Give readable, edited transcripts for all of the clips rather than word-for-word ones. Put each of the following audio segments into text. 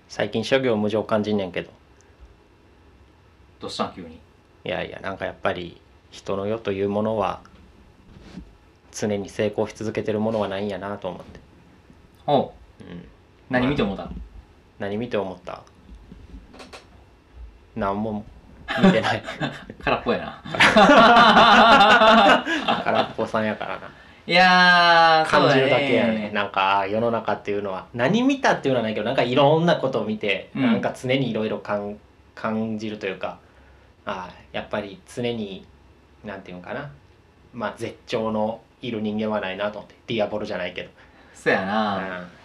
最近諸行無常感じんねんけど。 どうしたん急に。 いやいや、なんかやっぱり人の世というものは常に成功し続けてるものはないんやなと思って。 おう、 うん。 何見て思ったの？ 何見て思った？何も見てない。 空っぽやな。 空っぽさんやからな。 いやー、 感じるだけやそうね。なんか世の中っていうのは何見たっていうのはないけど、なんかいろんなことを見て、 うんなんか常にいろいろ感じるというか、やっぱり常になんていうのかな、まあ絶頂のいる人間はないなと思って。ディアボロじゃないけど。 そうやうな。 ん。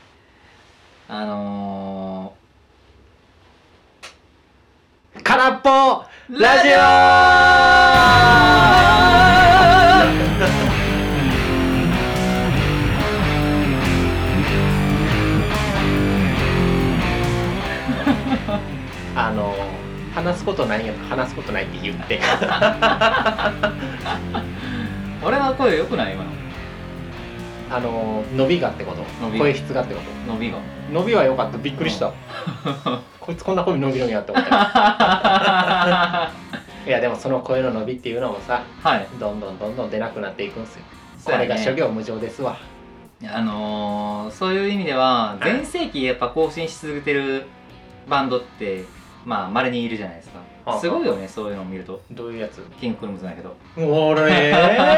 空っぽラジオ。話すことないんやったら話すことないって言って。 俺の声良くない今の？ 伸びがってこと？ 伸び声質がってこと？ 伸びが。 伸びは良かった。びっくりした。こいつこんな声伸びるんやって思った。いやでもその声の伸びっていうのもさ、 はい。 どんどん出なくなっていくんすよ。こそうやねれが諸行無常ですわ。 そういう意味でははい全盛期やっぱ更新し続けてるバンドってまあ稀にいるじゃないですか。 あすごいよね、そういうのを見ると。 どういうやつ？ キングクリムゾンだけど。 俺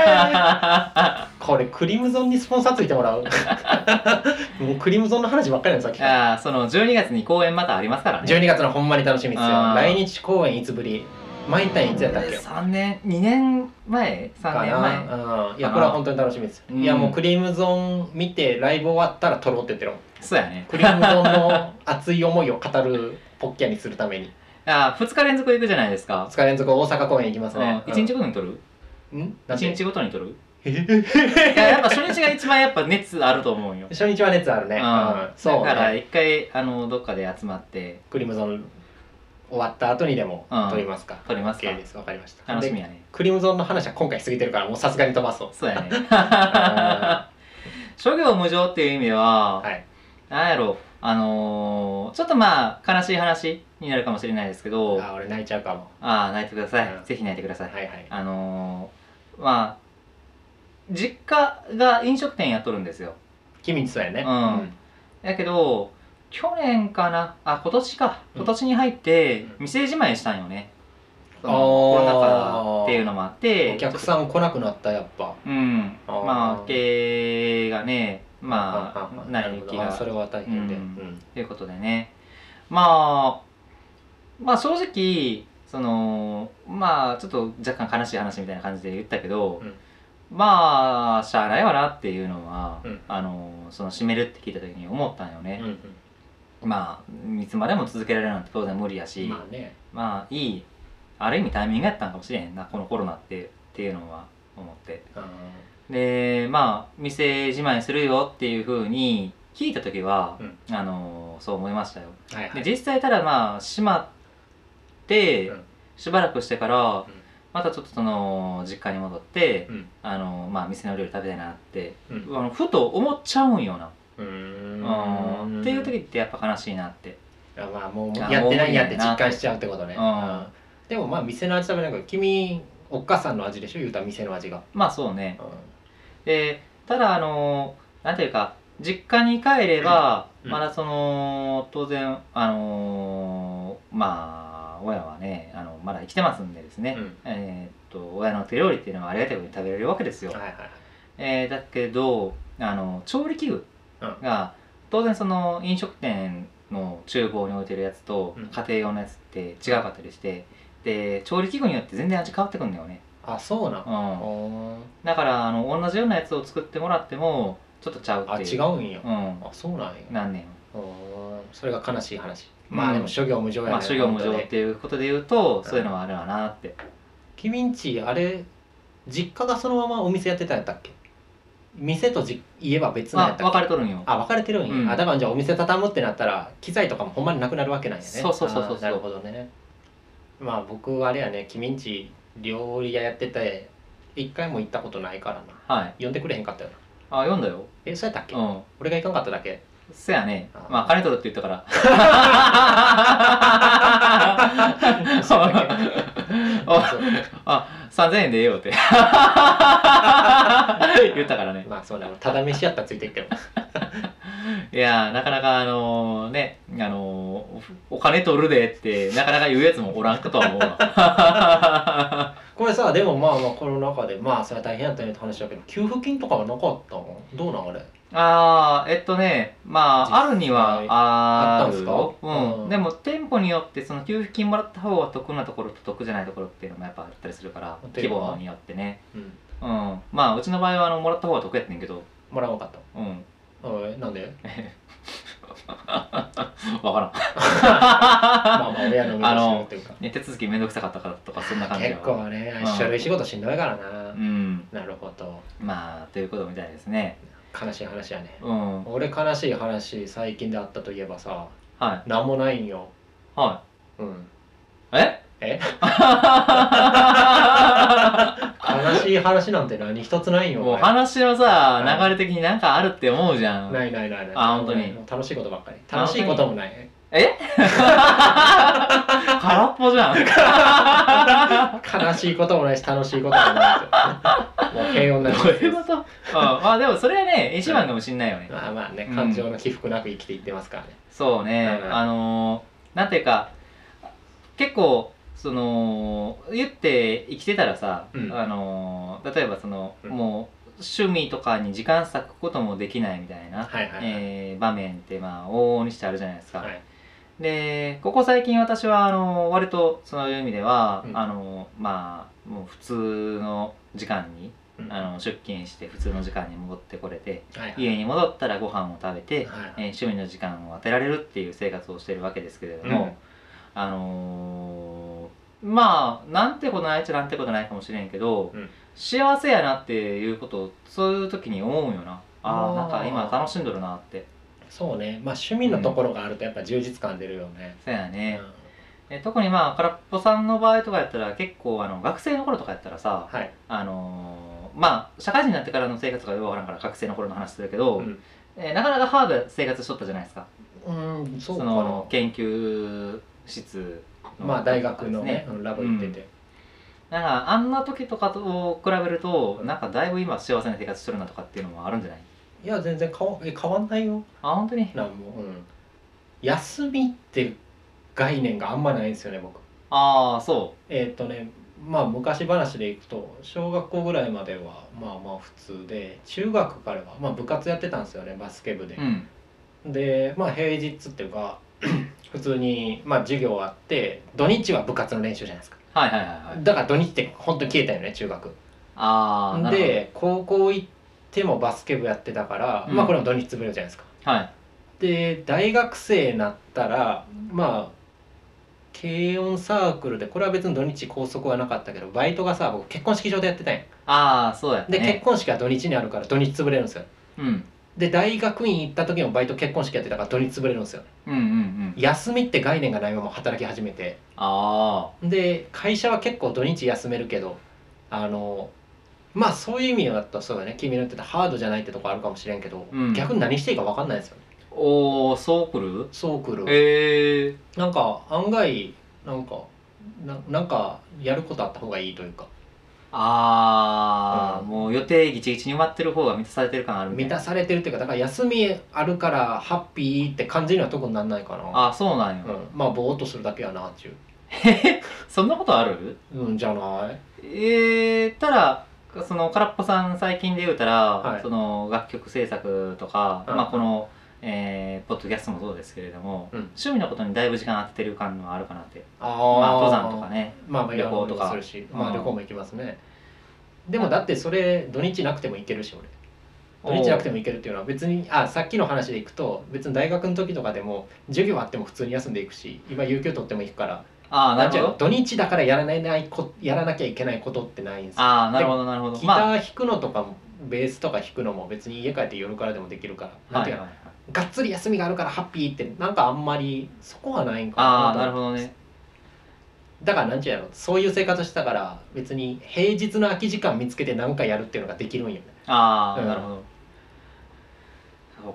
これクリムゾンにスポンサーついてもらう。もうクリムゾンの話ばっかりなんさっきから。 その12月に公演またありますからね。 12月のほんまに楽しみですよ。 あー来日公演いつぶり？毎回いつやったっけ ？2年前3年前うん。いやこれは本当に楽しみですよ。 うんいやもうクリムゾン見てライブ終わったら撮ろうって言ってるもん。 そうやね。 クリムゾンの熱い思いを語るポッキャにするために 2日連続行くじゃないですか。 2日連続大阪公演行きますね。 1日ごとに撮る？ ん 1日ごとに撮る？ えいや、やっぱ初日が一番やっぱ熱あると思うよ。 初日は熱あるね。そうだからね。 一回どっかで集まってクリムゾン終わった後にでも撮りますか？ 撮りますか？ OK です。わかりました。 楽しみやね。 でクリムゾンの話は今回過ぎてるからもうさすがに飛ばそう。 そうやね。 あ諸行無常っていう意味では、 はい。 なんやろ、ちょっとまあ悲しい話になるかもしれないですけど、 俺泣いちゃうかも。 泣いてください。 うんぜひ泣いてください。 はいはい。 まあ実家が飲食店やっとるんですよ。 君そうやね。 やけど去年かな、今年か、今年に入って店じまいしたんよね。そのコロナ禍っていうのもあって、 お客さん来なくなったやっぱ。 まあ経営がね、まあ成り行きがそれは大変で。 ということでね、まあ正直まあちょっと若干悲しい話みたいな感じで言ったけど、まあしゃあないわなっていうのは、その閉めるって聞いた時に思ったんよね。まあいつまでも続けられるなんて当然無理やし、まあいいある意味タイミングやったんかもしれへんな、このコロナっていうのは思って。でまあ店じまいするよっていうふうに聞いた時は、そう思いましたよ。で実際ただまあ閉まってしばらくしてから、またちょっとその実家に戻って、まあ店の料理食べたいなって、ふと思っちゃうんよな。っていう時ってやっぱ悲しいなって。 まあもうやってないんやって実感しちゃうってことね。でもまあ店の味食べないから、君お母さんの味でしょ、言うたら店の味が。 まあそうね。でただなんていうか実家に帰れば、まだその当然まあ親はねまだ生きてますんでですね、親の手料理っていうのはありがたいことに食べられるわけですよ。だけど調理器具が当然その飲食店の厨房に置いてるやつと家庭用のやつって違かったりして、で調理器具によって全然味変わってくるんだよね。 そうなの。 だから同じようなやつを作ってもらってもちょっとちゃうっていう。 違うんや。そうなんや。 なんねん。 それが悲しい話。まあでも諸行無常やね。 まあ諸行無常っていうことで言うと、そういうのはあるわなって。 君んちあれ実家がそのままお店やってたんやったっけ？店と家は別なんやったっけ？ 分かれとるんよ。 分かれてるんや。だからじゃあお店畳むってなったら機材とかもほんまになくなるわけなんやね。 そう。 なるほどね。まあ僕あれやね、君んち料理屋やってて一回も行ったことないからな。呼んでくれへんかったよな。 読んだよ。 そうやったっけ？俺が行かんかっただけ。 そやね。まあ金取るって言ったから。 そうだけどあ、3000円でええよって言ったからね。 まあそうだ、ただ飯やったらついてるけど。 いやなかなかね、お金取るでってなかなか言うやつもおらんかとは思うわ。 これさ、でもまあまあこの中でまあそれは大変やったねって話だけど、給付金とかはなかったの？どうなんあれ？ まああるにはあったんですか？ でも店舗によってその給付金もらった方が得なところと得じゃないところっていうのもやっぱあったりするから、規模によってね。まあうちの場合はもらった方が得やってんけど。 もらわなかった。なんで？ わからん。 まあまあ親の身にするっていうか。 手続きめんどくさかったからとかそんな感じ結構ね、書類仕事しんどいからな。なるほど。 まあということみたいですね。 悲しい話やね。俺悲しい話最近であったといえばさ、なんもないんよ。え？悲しい話なんて何一つないよ。 もう話のさ、流れ的になんかあるって思うじゃん。 ない。 あ、本当に。 楽しいことばっかり。楽しいこともない。 空っぽじゃん。 悲しいこともないし楽しいこともないですよ。もう平穏な。 どういうこと？まあでもそれはね一番かもしんないよね。 まあね、感情の起伏なく生きていってますからね。 そうね。なんていうか結構言って生きてたらさ、例えばもう趣味とかに時間割くこともできないみたいな場面ってまあ往々にしてあるじゃないですか。でここ最近私は割とそういう意味ではまあもう普通の時間に出勤して普通の時間に戻ってこれて、家に戻ったらご飯を食べて、趣味の時間を当てられるっていう生活をしてるわけですけれども、まあなんてことないっちゃなんてことないかもしれんけど、幸せやなっていうことをそういう時に思うよな。なんか今楽しんどるなって。 そうね、まあ趣味のところがあるとやっぱ充実感出るよね。 そうやね。特にまあ空っぽさんの場合とかやったら結構学生の頃とかやったらさ、まあ社会人になってからの生活がよくわからんから学生の頃の話するけど、なかなかハードな生活しとったじゃないですか。 そうかな。 研究室まあ大学のねラボ行ってて、 なんかあんな時とかと比べるとなんかだいぶ今幸せな生活してるなとかっていうのもあるんじゃない？ いや全然変わんないよ。 本当に？ なんも休みって概念があんまないんですよね僕。 そう。 まあ昔話でいくと小学校ぐらいまではまあまあ普通で、中学からはまあ部活やってたんですよね、バスケ部で。でまあ平日っていうか普通にまあ授業あって土日は部活の練習じゃないですか。だから土日って本当に消えたよね中学。で高校行ってもバスケ部やってたから、まあこれも土日潰れるじゃないですか。で大学生になったらまあ軽音サークルで、これは別に土日拘束はなかったけど、バイトがさ僕結婚式場でやってたんやん。 そうやったね。 で結婚式は土日にあるから土日潰れるんですよ。で大学院行った時もバイト結婚式やってたから土日潰れるんですよ。休みって概念がないまま働き始めて、で会社は結構土日休めるけどまあそういう意味だとそうだね、君の言ってたハードじゃないってとこあるかもしれんけど、逆に何していいか分かんないですよね。 そうくる？ そうくる。なんか案外なんかやることあった方がいいというか。 もう予定ギチギチに埋まってる方が満たされてる感あるみたいな。 満たされてるっていうか、だから休みあるからハッピーって感じには特になんないかな。 そうなんよ。 まあぼーっとするだけやなっちゅう。 そんなことある？ じゃない。 ただ空っぽさん最近で言うたら、楽曲制作とか、まあこのポッドキャストもそうですけれども、趣味のことにだいぶ時間当ててる感はあるかなって。まあ登山とかね、旅行とかするし、まあ旅行も行きますね。でもだってそれ土日なくても行けるし、俺土日なくても行けるっていうのは別にさっきの話でいくと別に大学の時とかでも授業あっても普通に休んでいくし、今有給取っても行くから、 なるほど。 土日だからやらなきゃいけないことってないんですよ。 なるほどなるほど。 ギター弾くのとかもベースとか弾くのも別に家帰って夜からでもできるから、なんていうかがっつり休みがあるからハッピーってなんかあんまりそこはないんかなと。 なるほどね。だからなんちゅうやろ、そういう生活してたから別に平日の空き時間見つけて何かやるっていうのができるんよね。 なるほど。そうか。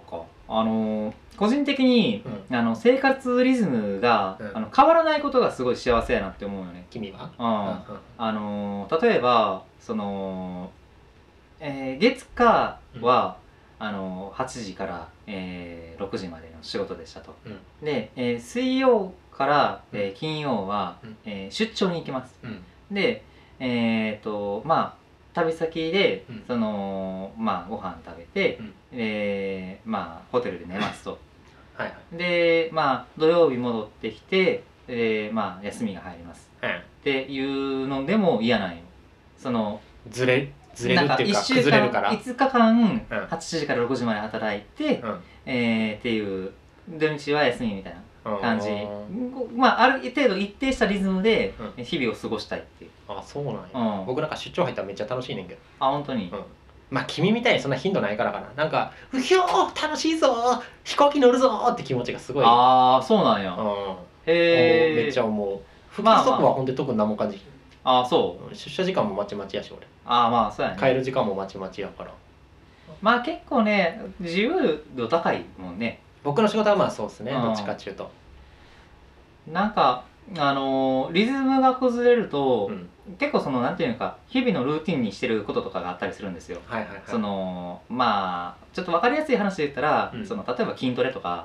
個人的に、生活リズムが、変わらないことがすごい幸せやなって思うよね。 君は？ 例えばその、月火は、8時から、6時までの仕事でしたと。で、水曜から、金曜は、出張に行きます。で、まあ旅先で、そのまあご飯食べて、まあホテルで寝ますと。で、まあ土曜日戻ってきて、まあ休みが入ります。っていうのでも嫌なんよ。そのずれるっていうか崩れるから。 5日間8時から6時まで働いて、っていう土日は休みみたいな感じ。まあある程度一定したリズムで日々を過ごしたいっていう。 あ、そうなんや。僕なんか出張入ったらめっちゃ楽しいねんけど。 あ、本当に。 まあ君みたいにそんな頻度ないからかな。なんか「うひょー楽しいぞ飛行機乗るぞ」って気持ちがすごい。 ああ、そうなんや。 へえ。めっちゃ思う。不規則はほんで特に何も感じ。 ああ、そう。 出社時間もまちまちやし俺。 ああ、まあそうやね。 帰る時間もまちまちやから。 まあ結構ね自由度高いもんね。 僕の仕事はまあそうですね、どっちかっていうと。 なんかリズムが崩れると、結構そのなんていうのか日々のルーティンにしてることとかがあったりするんですよ。そのまあちょっと分かりやすい話で言ったら、その例えば筋トレとか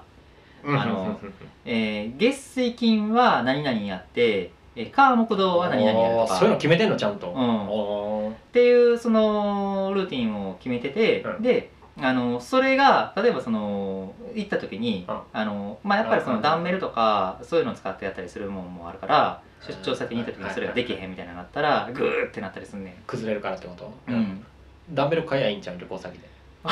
月水金は何々やって火木土は何々やるとか、 そういうの決めてんのちゃんと。 っていうそのルーティンを決めてて、でそれが例えばその行った時にまあやっぱりそのダンベルとかそういうのを使ってやったりするもんもあるから、出張先に行った時にそれができへんみたいなのがあったらグーってなったりすんねん。 崩れるからってこと？ダンベル買えばいいんちゃう、旅行先で。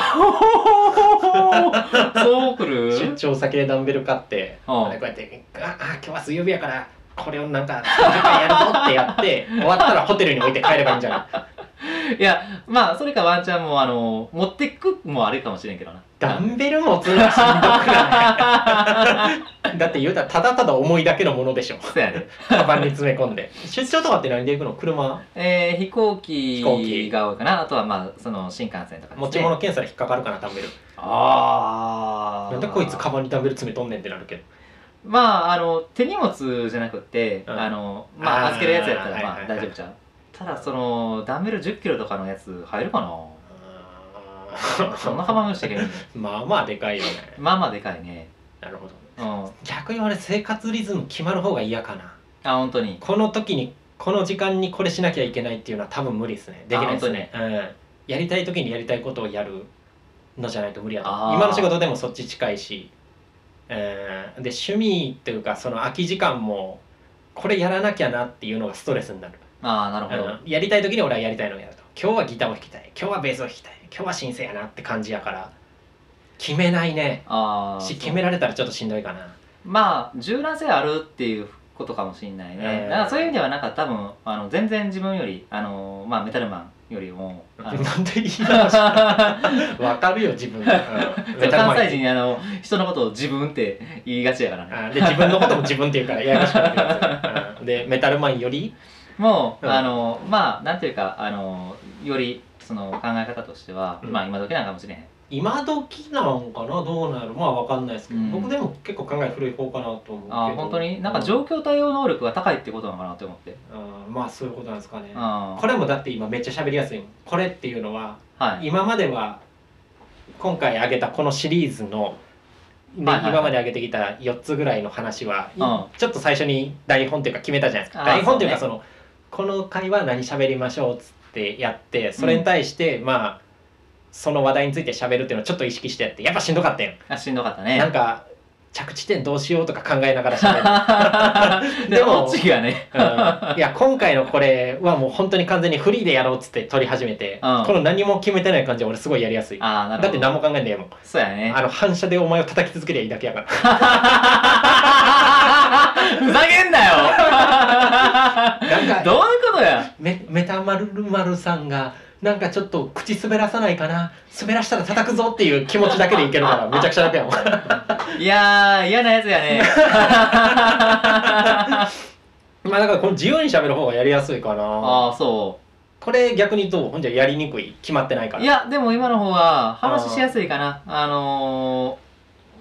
そうくる？ 出張先でダンベル買ってこうやって「あ今日は水曜日やからこれをなんか30回やるぞ」ってやって終わったらホテルに置いて帰ればいいんじゃない？ いやまあそれかワンチャンも持ってくもあるかもしれんけどな。 ダンベル持つのはしんどくないだって言うたらただただ重いだけのものでしょ。 そうやね。 カバンに詰め込んで。出張とかって何で行くの？車？ 飛行機が多いかな。あとはまあその新幹線とかですね。 持ち物検査で引っかかるかな、ダンベル。なんでこいつカバンにダンベル詰めとんねんってなるけど。 まあ手荷物じゃなくってまあ預けるやつやったらまあ大丈夫ちゃう。ただそのダンベル10キロとかのやつ入るかな。そんなカバン用意してけん。 まあまあでかいよね。 まあまあでかいね。 なるほど。逆に俺生活リズム決まる方が嫌かな。 あ、本当に。 この時にこの時間にこれしなきゃいけないっていうのは多分無理ですね。できないですね。やりたい時にやりたいことをやるのじゃないと無理やと。今の仕事でもそっち近いし、で趣味っていうかその空き時間もこれやらなきゃなっていうのがストレスになる。 ああ、なるほど。 やりたい時に俺はやりたいのをやると。今日はギターを弾きたい、今日はベースを弾きたい、今日はシンセやなって感じやから決めないね。決められたらちょっとしんどいかな。 まあ柔軟性あるっていうことかもしれないね。だからそういう意味ではなんか多分全然自分よりまあメタルマンよりもなんで言い直したわかるよ自分で。 関西人人のことを自分って言いがちやからね。 で自分のことも自分って言うからややこしくなってるやつ。でメタルマンよりもうまあなんていうかよりその考え方としてはまあ今時なのかもしれへん。 今時なのかな、どうなる、まあわかんないですけど、僕でも結構考え古い方かなと思うけど。 本当になんか状況対応能力が高いってことなのかなって思って。 まあそういうことなんですかね。これもだって今めっちゃ喋りやすい。これっていうのは、今までは今回挙げたこのシリーズの今まで挙げてきた4つぐらいの話はちょっと最初に台本っていうか決めたじゃないですか。台本っていうかそのこの回は何喋りましょうっつってやって、それに対してまあその話題について喋るっていうのをちょっと意識してやって、やっぱしんどかったやん。 しんどかったね。 なんか着地点どうしようとか考えながら喋る。 でも次はね、 いや今回のこれはもう本当に完全にフリーでやろうっつって撮り始めて、この何も決めてない感じは俺すごいやりやすい。だって何も考えんでええもん。 そうやね。 反射でお前を叩き続けりゃいいだけやから。 ふざけんなよ。なんかどういうことや。 メタマルマルさんがなんかちょっと口滑らさないかな、滑らしたら叩くぞっていう気持ちだけでいけるからめちゃくちゃ楽やもん。 いやー嫌なやつやね。 まあだからこの自由に喋る方がやりやすいかな。 そう。 これ逆にどう？ほんじゃやりにくい、決まってないから。 いやでも今の方が話しやすいかな。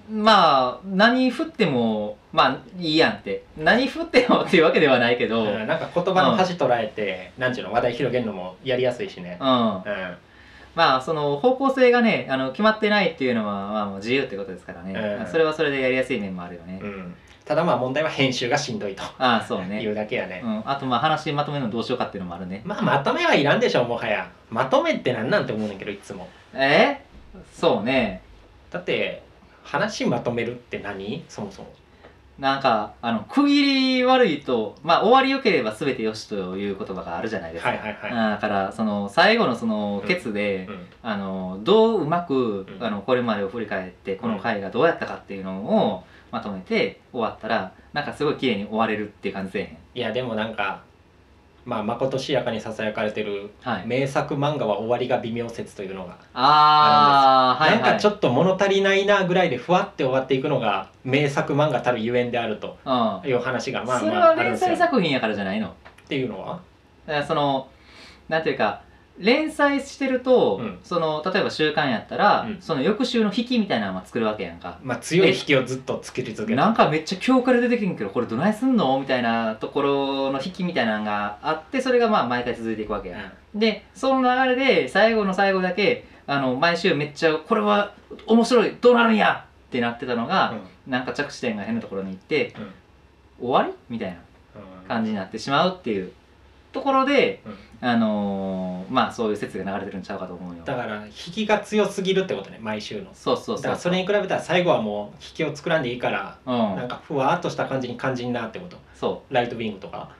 まあ何振ってもまあいいやんって、何振ってもっていうわけではないけど、 なんか言葉の端捉えて、なんちゅうの話題広げるのもやりやすいしね。 まあその方向性がね決まってないっていうのはまあもう自由ってことですからね、それはそれでやりやすい面もあるよね。 ただまあ問題は編集がしんどいとそうねいうだけやね。 あとまあ話まとめるのどうしようかっていうのもあるね。 まあまとめはいらんでしょ、もはや。まとめってなんて思うねんけど、いつも。 そうね。 だって話まとめるって何、そもそも。 なんか区切り悪いとまあ終わりよければ全てよしという言葉があるじゃないですか。だからその最後のそのケツで、どううまくこれまでを振り返ってこの回がどうやったかっていうのをまとめて終わったらなんかすごい綺麗に終われるっていう感じせえへん？ いやでもなんかまあまことしやかにささやかれてる、名作漫画は終わりが微妙説というのがあるんです。なんかちょっと物足りないなぐらいでふわって終わっていくのが名作漫画たるゆえんであるという話がまあまああるんですよ。 それは連載作品やからじゃないのっていうのは、 だからそのなんていうか連載してると、その例えば週刊やったら、その翌週の引きみたいなのを作るわけやんか。 まあ強い引きをずっと作り続ける。 なんかめっちゃ今日から出てけんけどこれどないすんのみたいなところの引きみたいなのがあって、それがまあ毎回続いていくわけや、でその流れで最後の最後だけ毎週めっちゃこれは面白いどうなるんやってなってたのが、なんか着地点が変なところに行って、終わりみたいな感じになってしまうっていうところで、まあそういう説が流れてるんちゃうかと思うよ。 だから引きが強すぎるってことね、毎週の。 そう。 だからそれに比べたら最後はもう引きを作らんでいいから、なんかふわっとした感じに感じんなってこと。 そう。 ライトウィングとか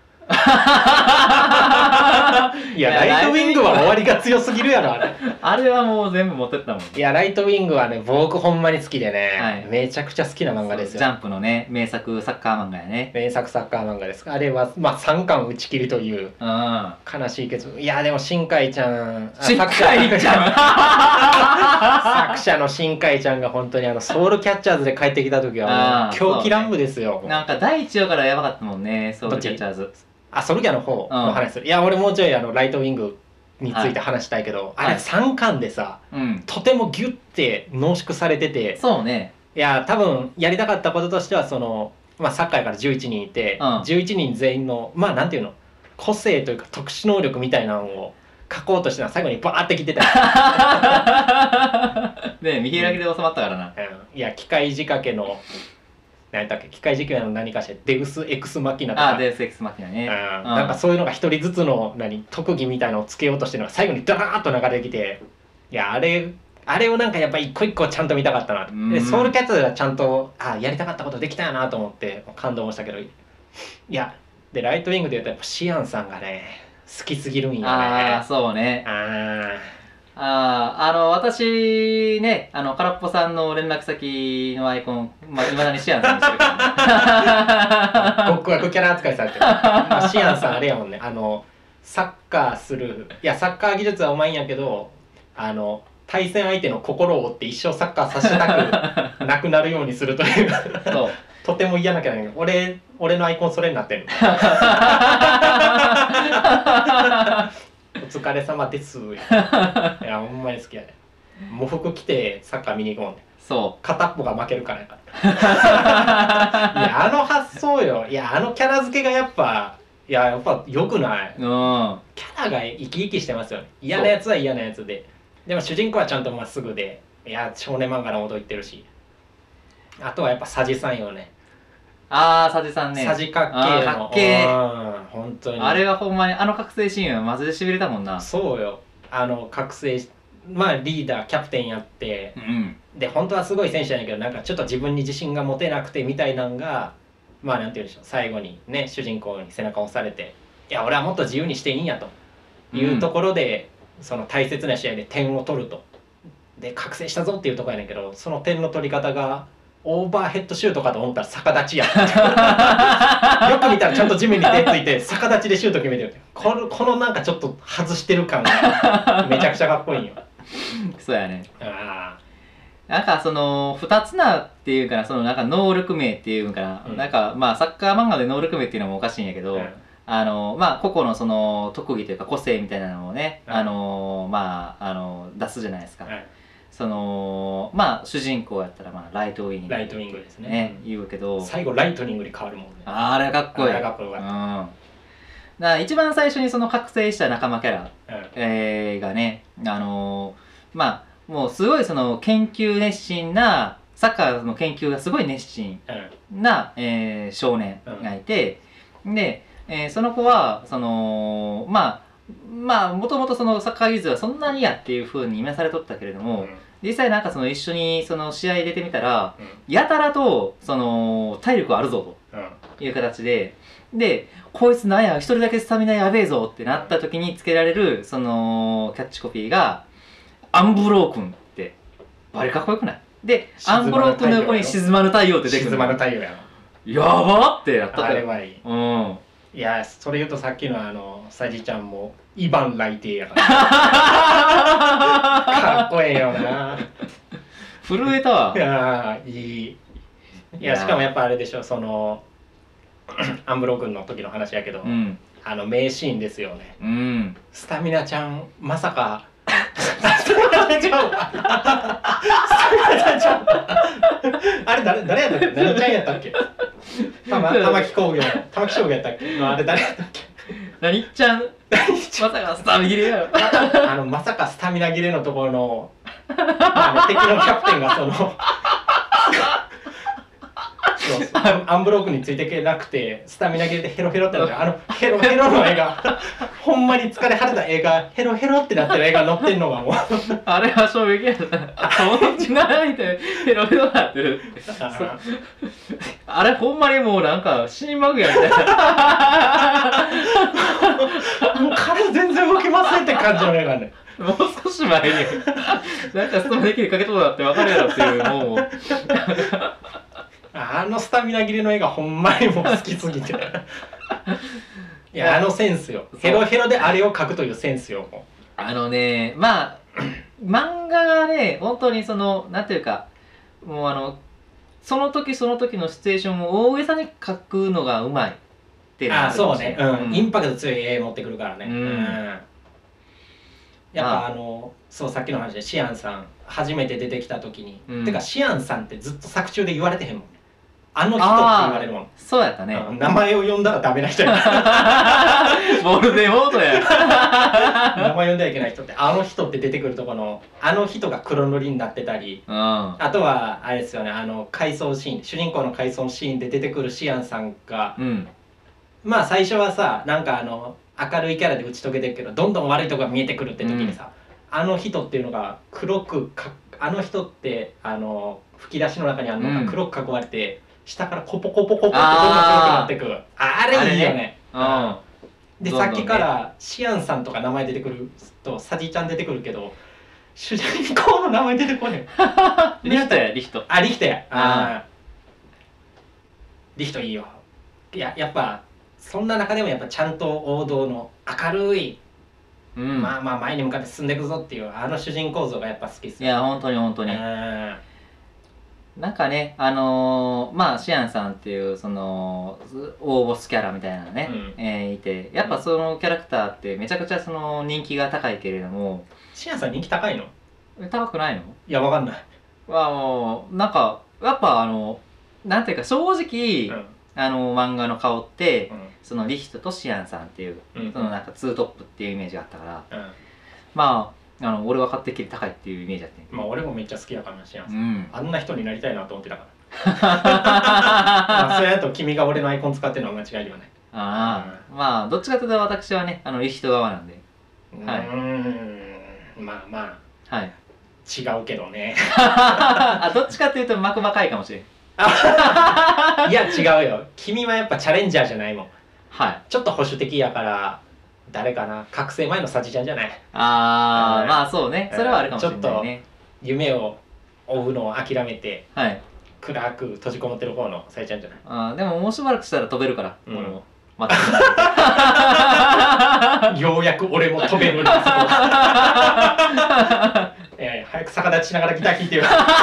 いやライトウィングは終わりが強すぎるやろ、あれ。 あれはもう全部持ってったもん。 いやライトウィングはね僕ほんまに好きでね、めちゃくちゃ好きな漫画ですよ。 ジャンプのね名作サッカー漫画やね。 名作サッカー漫画です。あれはまあ3巻打ち切りという悲しい結論。いやでも新海ちゃん、 作者の新海ちゃんが本当にソウルキャッチャーズで帰ってきた時は狂気乱舞ですよ。 なんか第1話からやばかったもんね、ソウルキャッチャーズ。 ソルギャの方の話する。いや俺もうちょいライトウィングについて話したいけど、あれ3巻でさ、とてもギュッて濃縮されてて、 そうね。 いや多分やりたかったこととしてはその、まあ、サッカーから11人いて、11人全員のまあなんていうの個性というか特殊能力みたいなのを書こうとしてたら最後にバーってきてたね、見開きで収まったからな。 いや機械仕掛けの何だっけ、機械実況の何かしてデウスエクスマキナとか、 デウスエクスマキナね、 なんかそういうのが一人ずつの特技みたいのをつけようとしてるのが最後にダーッと流れてきて、いやあれをなんかやっぱ一個一個ちゃんと見たかったな。でソウルキャッチャーズはちゃんとやりたかったことできたよなと思って感動もしたけど、いやでライトウィングでいうとやっぱシアンさんがね好きすぎるんよね。 そうね。私ね、空っぽさんの連絡先のアイコン、いまだにシアンさんにしてるからね。 極悪キャラ扱いされてる。シアンさんあれやもんね、サッカーする、いやサッカー技術はうまいんやけど、対戦相手の心を折って一生サッカーさせたくなくなるようにするというそうとても嫌なキャラやけど、俺のアイコンそれになってる。お疲れ様です。いやほんまに好きやね。喪服着てサッカー見に行こうね。 そう片っぽが負けるからやから。いや発想よ。いやキャラ付けがやっぱ良くない。キャラが生き生きしてますよね。嫌なやつは嫌なやつで、でも主人公はちゃんとまっすぐで、少年漫画の元言ってるし、あとはやっぱサジさんよね。 サジさんね。 サジかっけーの。 かっけー。本当に。あれはほんまに覚醒シーンはマジでしびれたもんな。 そうよ。覚醒まあリーダーキャプテンやって、で本当はすごい選手やねんけど、なんかちょっと自分に自信が持てなくてみたいなんが、まあなんて言うんでしょう、最後にね主人公に背中を押されて、いや俺はもっと自由にしていいんやというところで、その大切な試合で点を取ると。で覚醒したぞっていうところやねんけど、その点の取り方がオーバーヘッドシュートかと思ったら逆立ちや。よく見たらちゃんと地面に手ついて逆立ちでシュート決めてる。このなんかちょっと外してる感がめちゃくちゃかっこいいよ。 そうやね。なんかその2つなっていうかな、そのなんか能力名っていうかな、なんかまあサッカー漫画で能力名っていうのもおかしいんやけど、まあ個々のその特技というか個性みたいなのをね、出すじゃないですか。 そのまあ主人公やったらまあライトウィング、 ライトウィングですね、 言うけど最後ライトニングに変わるもんね。 あれかっこいい。 あれかっこよかった、 だから一番最初にその覚醒した仲間キャラ、がねまあもうすごいその研究熱心なサッカーの研究がすごい熱心な、少年がいて、で、その子はそのまあもともとそのサッカー技術はそんなにやっていうふうに見なされとったけれども、実際なんかその一緒にその試合出てみたら、やたらとその体力あるぞという形で、こいつなんや一人だけスタミナやべえぞってなった時につけられるそのキャッチコピーがアンブロー君ってバリかっこよくない？でアンブロー君の横に沈まぬ太陽って出てくる。 沈まぬ太陽ややばってやったあれはいい。いやそれ言うとさっきのさじちゃんもイヴァン来帝やからかっこええよな。 震えたわ。 いやいい。いやしかもやっぱあれでしょ、そのアンブロー君の時の話やけど、名シーンですよね、スタミナちゃんまさかスタミナちゃんあれ誰やったっけ、何ちゃんやったっけ、玉木商業やったっけ、あれ誰やったっけ、 何ちゃんまさかスタミナ切れやろまさかスタミナ切れのところの、敵のキャプテンがそのアンブロークについていけなくてスタミナ切れでヘロヘロってなって、ヘロヘロの絵がほんまに疲れ果てた絵がヘロヘロってなってる絵が載ってんのがもうあれは衝撃やった友達が泣いてヘロヘロなってるあれほんまにもうなんか死にまぐやみたいなもう体全然動きませんって感じの絵がね、 もう少し前になんかスタミナ切れかけとうだって分かるやろっていうもうスタミナ切れの絵がほんまにもう好きすぎていやセンスよ、ヘロヘロであれを描くというセンスよ。 まあ漫画がね本当にそのなんていうかもうその時その時のシチュエーションを大げさに描くのがうまいっていうのがあるかもしれない。 そうね、インパクト強い絵持ってくるからね、やっぱそうさっきの話でシアンさん初めて出てきた時に、てかシアンさんってずっと作中で言われてへんもんね、あの人って言われるもん。 そうやったね、 名前を呼んだらダメな人やボルデモートや名前呼んではいけない人ってあの人って出てくるとこのあの人が黒塗りになってたり、あとはあれですよね、回想シーン、主人公の回想シーンで出てくるシアンさんが、まあ最初はさなんか明るいキャラで打ち解けてるけどどんどん悪いとこが見えてくるって時にさ、あの人っていうのが黒くあの人って吹き出しの中にあるのが黒く囲われて、下からコポコポコポってどんどん黒くなってく、あれいいよね。でさっきからシアンさんとか名前出てくるとサジちゃん出てくるけど主人公の名前出てこねえリヒトやリヒトやリヒトいいよ。いややっぱそんな中でもやっぱちゃんと王道の明るい、まあまあ前に向かって進んでいくぞっていう主人公像がやっぱ好きっすよ。いや本当に本当になんかねまあシアンさんっていうその大ボスキャラみたいなのね、いてやっぱそのキャラクターってめちゃくちゃその人気が高いけれども、 シアンさん人気高いの？ 高くないの？ いやわかんない。 なんかやっぱなんていうか正直、漫画の顔って、そのリヒトとシアンさんっていう、そのなんかツートップっていうイメージがあったから、まあ俺は勝手に高いっていうイメージだったまあ俺もめっちゃ好きやからなシアンさん、あんな人になりたいなと思ってたからそれだと君が俺のアイコン使ってるのは間違いではない。 まあどっちかというと私はねリヒト側なんで、 まあまあ、違うけどねどっちかというとマクマかいかもしれんいや違うよ、君はやっぱチャレンジャーじゃないもん。ちょっと保守的やから誰かな、覚醒前のサジちゃんじゃない。 まあそうね、それはあるかもしれないね。 ちょっと夢を追うのを諦めて、暗く閉じこもってる方のサジちゃんじゃない。 でももうしばらくしたら飛べるから、俺もまたようやく俺も飛べるんです早く逆立ちしながらギター弾いてよ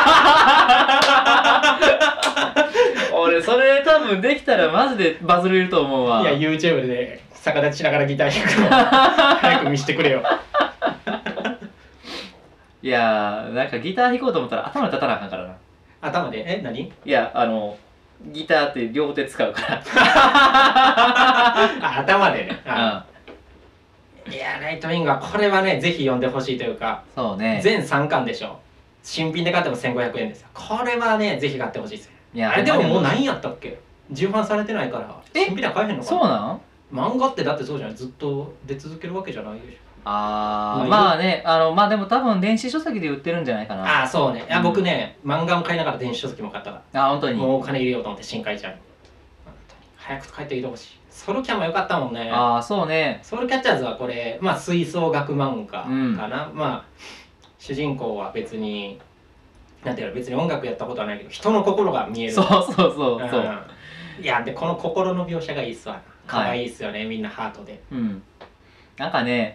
俺それ多分できたらマジでバズれると思うわ。 いや YouTube で逆立ちしながらギター弾くの早く見せてくれよいやーなんかギター弾こうと思ったら頭に立たなあかんからな。 頭で何？ いやギターって両手使うからあ、頭でね。いやライトウィングはこれはねぜひ読んでほしいというか、 そうね、 全3巻でしょ。新品で買っても1500円ですよ。これはねぜひ買ってほしいですよ。 いやあれでももう何やったっけ、重版されてないから新品では買えへんのかな。 そうなん？ 漫画ってだってそうじゃない、ずっと出続けるわけじゃないでしょ。 まあね、まあでも多分電子書籍で売ってるんじゃないかな。 そうね。僕ね漫画も買いながら電子書籍も買ったから。 本当にもうお金入れようと思って新海ちゃんに。早く帰ってきてほしい。ソロキャンも良かったもんね。 そうね。 ソウルキャッチャーズはこれ吹奏楽漫画かな。主人公は別になんていうの、別に音楽やったことはないけど人の心が見える。 そう。 いやでこの心の描写がいいっすわ。可愛いっすよね、みんなハートで。 なんかね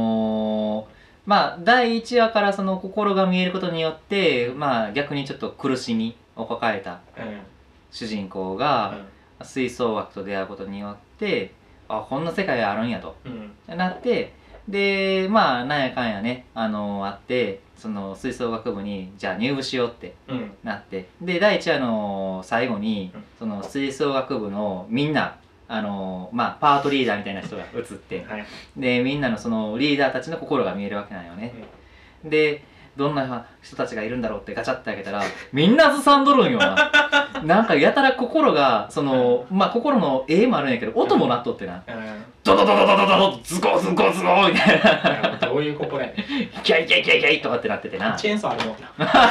第1話からその心が見えることによって逆にちょっと苦しみを抱えた主人公が吹奏楽と出会うことによってこんな世界があるんやと、なってでなんやかんやねあってその吹奏楽部にじゃあ入部しようってなって、で第1話の最後にその吹奏楽部のみんなパートリーダーみたいな人が映って、でみんなのそのリーダーたちの心が見えるわけなんよね。でどんな人たちがいるんだろうってガチャって開けたらみんなずさんどるんよな。なんかやたら心がその心の絵もあるんやけど音もなっとってな、ドドドドドドドズコズコズコみたいな、 どういう心やねん。 キャイキャイキャイキャイとかってなっててな。 チェーンソーあるもん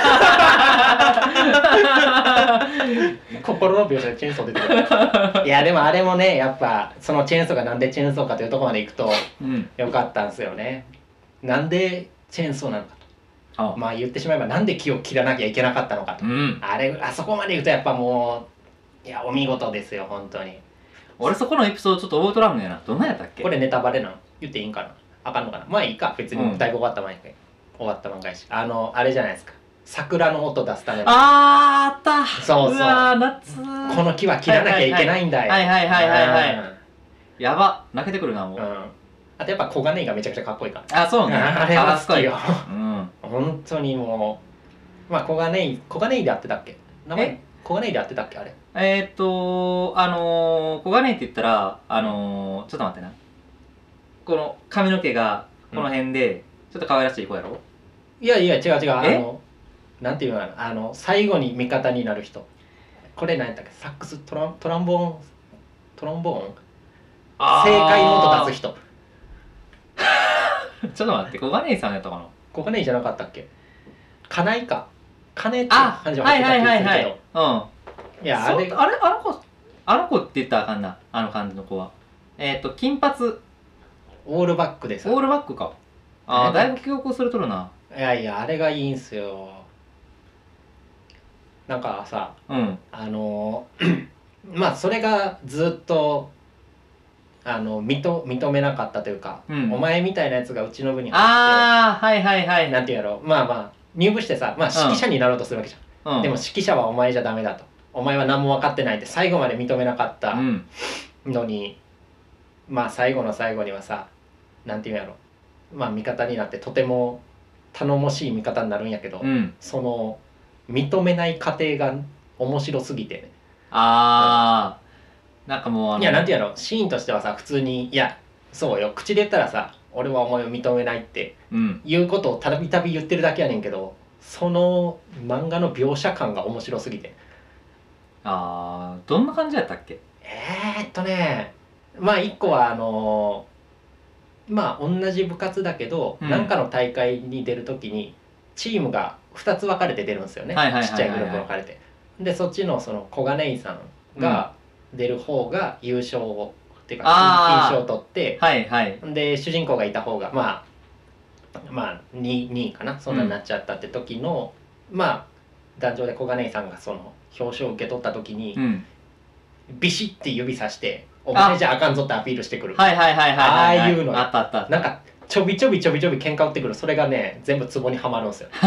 な。心の描写でチェーンソー出てくる。いやでもあれもねやっぱそのチェーンソーがなんでチェーンソーかというところまでいくとよかったんですよね。なんでチェーンソーなのかと、言ってしまえばなんで木を切らなきゃいけなかったのかと、あそこまでいくとやっぱもうお見事ですよ本当に。 俺そこのエピソードちょっと覚えとらんのやな。どんなやったっけ？ これネタバレなの？言っていいんかな？あかんのかな？いいか別に、だいぶ終わった漫画やし、あれじゃないですか、桜の音出すためのあった。 そううわ夏この木は切らなきゃいけないんだよ。 やば泣けてくるなもう。 あとやっぱ小金井がめちゃくちゃかっこいいから。 そうね。 あれは好きよ。本当にもう小金井で会ってたっけ？名前小金井で会ってたっけあれ？ 小金井って言ったらちょっと待ってな、この髪の毛がこの辺でちょっと可愛らしい子やろ？ いや違うなんていうの最後に味方になる人。これ何やったっけ？サックストロンボーン正解の音出す人。 ちょっと待って、小金井さんやったかな？ 小金井じゃなかったっけ？金井か。金って感じは入ってた気がするけど。いやあの子って言ったらあかんな、あの感じの子は。金髪。 オールバックです。 オールバックか。だいぶ記憶するとるな。 いやあれがいいんすよ。なんかさ、それがずっと認めなかったというか、お前みたいなやつがうちの部に入ってなんていうやろ、入部してさ、指揮者になろうとするわけじゃん。でも指揮者はお前じゃダメだと、お前は何も分かってないって最後まで認めなかったのに、最後の最後にはさ、なんていうんやろ、味方になってとても頼もしい味方になるんやけど、その認めない過程が面白すぎてね。 なんかもういやなんていうやろ、シーンとしてはさ普通に、いやそうよ口で言ったらさ俺はお前を認めないっていうことをたびたび言ってるだけやねんけど、その漫画の描写感が面白すぎて。 どんな感じやったっけ？ 一個は同じ部活だけど何かの大会に出るときにチームが2つ分かれて出るんですよね。ちっちゃいグループ分かれて、でそっちのその小金井さんが出る方が優勝をっていうか金賞を取って、で主人公がいた方が2位かな、そんなになっちゃったって時の、壇上で小金井さんがその表彰を受け取った時に、ビシッて指さして「お前じゃあかんぞ」ってアピールしてくる。ああいうのなんかちょびちょび喧嘩売ってくる。それがね全部ツボにはまるんですよ。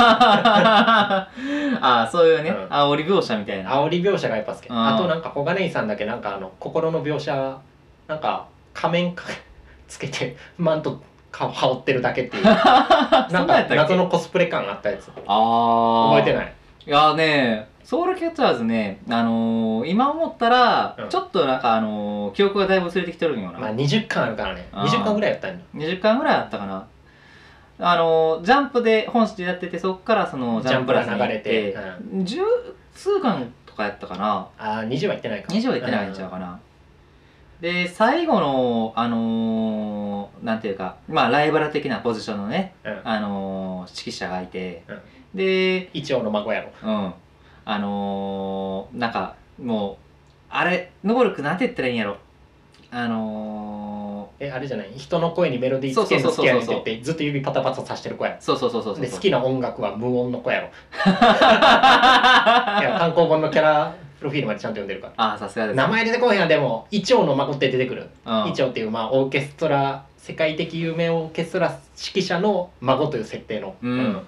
そういうね、煽り描写みたいな。 煽り描写がやっぱ好き。あとなんか小金井さんだけなんか心の描写なんか仮面つけてマント羽織ってるだけっていうなんか謎のコスプレ感あったやつ覚えてない？ いやねソウルキャッチャーズね、今思ったら、ちょっとなんか記憶がだいぶ薄れてきてるんよな。 まあ20巻あるからね。20巻ぐらいやったんや。 20巻ぐらいあったかな。ジャンプで本誌でやってて、そっからそのジャンプラスに行って、十数巻とかやったかな。 20は行ってないか。 20は行ってないんちゃうかな。で最後のなんていうか、まあライバル的なポジションのね、指揮者がいて、でイチョウの孫やろ。 なんかもうあれ能力なんて言ったらいいんやろ。 あれじゃない、人の声にメロディーつけるの好きやねんって言ってずっと指パタパタさしてる子やろ。 そうで好きな音楽は無音の子やろ。いや単行本のキャラプロフィールまでちゃんと読んでるから。 さすがです。 名前出てこへんやん。でもイチョウの孫って出てくる。イチョウっていうまあオーケストラ、世界的有名オーケストラ指揮者の孫という設定の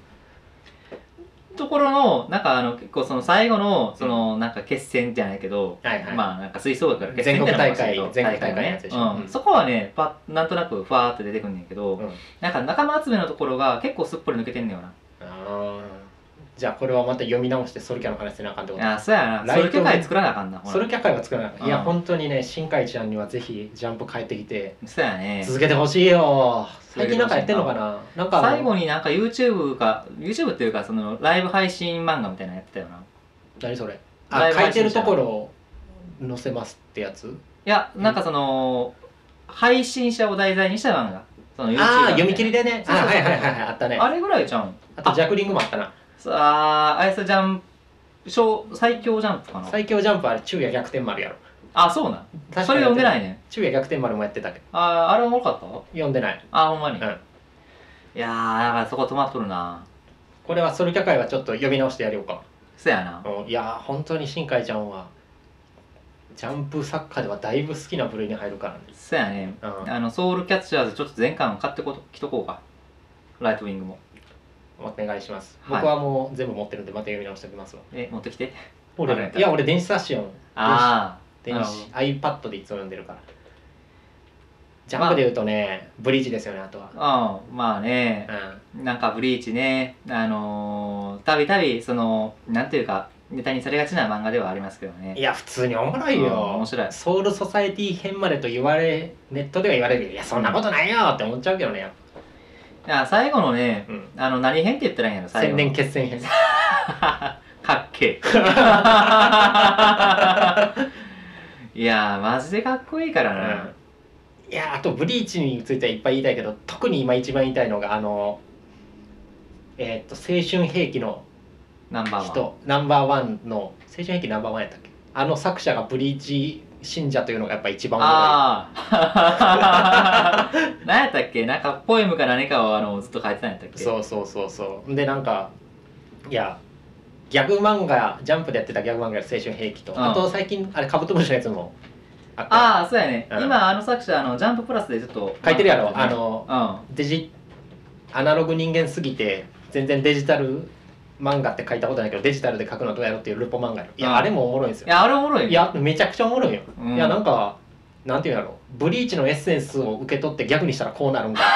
ところのなんか結構その最後のそのなんか決戦じゃないけど、まあなんか吹奏楽から決戦みたいなのが全国大会のやつでしょ。 そこはねなんとなくふわーって出てくんねんけど、なんか仲間集めのところが結構すっぽり抜けてんねんよな。 じゃあこれはまた読み直してソルキャの話せなあかんってこと。 そうやな。ソルキャ会作らなあかんな。 ソルキャ会は作らなあかん。いや本当にね、新海ちゃんにはぜひジャンプ帰ってきてそうやね続けてほしいよ。最近なんかやってんのかな。なんか最後になんか YouTube っていうかそのライブ配信漫画みたいなのやってたよな。 何それ？書いてるところを載せますってやつ？いやなんかその配信者を題材にした漫画。 読み切りでね。はいあったね。 あれぐらいじゃん。 あとジャクリングもあったな。 アイスジャンプ最強ジャンプかな。 最強ジャンプは昼夜逆転丸やろ。 そうなん。それ読んでないね。 昼夜逆転丸もやってたけど。 あれおもろかった？ 読んでない。 ほんまに。いやだからそこ止まっとるな。 これはソルキャ会はちょっと読み直してやりようか。 そやな。 いや本当に新海ちゃんはジャンプ作家ではだいぶ好きな部類に入るからね。 そやね。ソウルキャッチャーズちょっと全巻買ってきとこうか。ライトウィングも。お願いします。僕はもう全部持ってるんでまた読み直しておきますわ。 持ってきて。 俺電子冊子読む。電子 iPad でいつも読んでるから。ジャンプで言うとね、ブリーチですよね。あとはまあね、なんかブリーチね、たびたびそのなんていうかネタにされがちな漫画ではありますけどね。 いや普通におもろいよ。 面白い。 ソウルソサエティ編までとネットでは言われるけど、いやそんなことないよって思っちゃうけどね。 最後のね、何編って言ったらいいんやろ。 千年決戦編。 かっけえ。いやマジでかっこいいからな。 いやあとブリーチについてはいっぱい言いたいけど、特に今一番言いたいのが青春兵器のナンバーワンの青春兵器ナンバーワンやったっけ。作者がブリーチ信者というのがやっぱ一番何やったっけ。なんかポエムか何かをずっと書いてたんやったっけ。 そうでなんかいやギャグ漫画、ジャンプでやってたギャグ漫画の青春兵器と、あと最近あれカブトムシのやつもあった。 そうやね。今作者ジャンププラスでちょっと書いてるやろ。アナログ人間すぎて全然デジタル漫画って書いたことないけどデジタルで書くのどうやろっていうルポ漫画やろ。いやあれもおもろいんですよ。 いやあれおもろい。 いやめちゃくちゃおもろいよ。いやなんかなんていうんやろ、ブリーチのエッセンスを受け取ってギャグにしたらこうなるんか。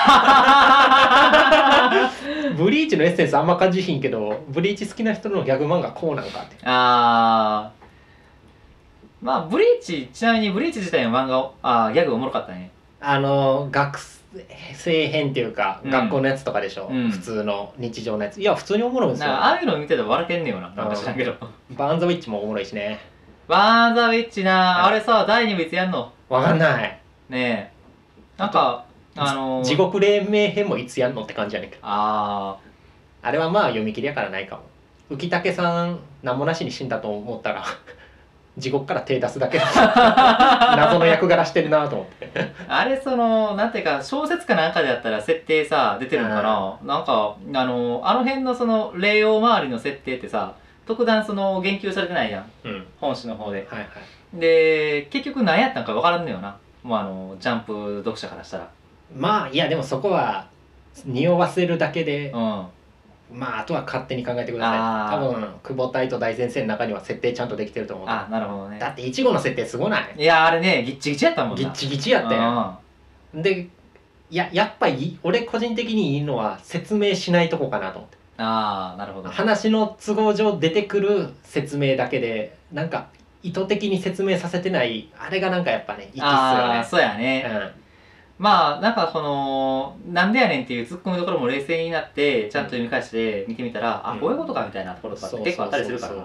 ブリーチのエッセンスあんま感じひんけど、ブリーチ好きな人のギャグ漫画こうなんかって。 まあブリーチ、ちなみにブリーチ自体の漫画ギャグおもろかったね。 学生編っていうか、学校のやつとかでしょ、普通の日常のやつ。いや普通におもろいんですよ。 ああいうの見てたら笑けんねよな。なんか知らんけど。 バーンザウィッチもおもろいしね。 バーンザウィッチな、あれさ第2部いつやんの？ わかんないねえ。なんか地獄黎明編もいつやんのって感じやねんけど。 あれはまあ読み切りやからないかも。浮竹さん何もなしに死んだと思ったら地獄から手出すだけ謎の役柄してるなと思ってあれなんていうか小説かなんかでやったら設定さ出てるのかな。なんかあの辺の霊凰周りの設定ってさ特段言及されてないやん、本誌の方で。で結局何やったんか分からんのよな。もうジャンプ読者からしたら。 まあいやでもそこは匂わせるだけで、まああとは勝手に考えてください。多分久保太と大先生の中には設定ちゃんとできてると思う。 なるほどね。 だっていちごの設定すごない？ いやあれねギッチギチやったもんな。 ギッチギチやったよ。でやっぱり俺個人的にいいのは説明しないとこかなと思って。 ああ、なるほど。 話の都合上出てくる説明だけでなんか意図的に説明させてないあれがなんかやっぱねいいっすよね。 ああ、そうやね。まあなんかこのなんでやねんっていうツッコミどころも冷静になってちゃんと読み返して見てみたら、あ、こういうことかみたいなところとかって結構あったりするからな。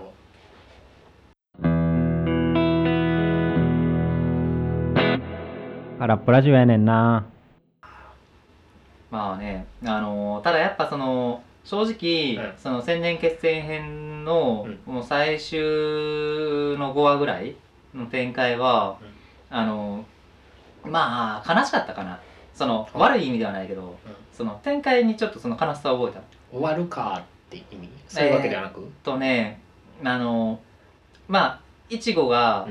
空っぽラジオやねんな。 まあね、ただやっぱその正直、その千年決戦編の、もう最終の5話ぐらいの展開は、まあ悲しかったかな。その悪い意味ではないけど、その展開にちょっとその悲しさを覚えた。 終わるかって意味、そういうわけではなく、 まあイチゴが、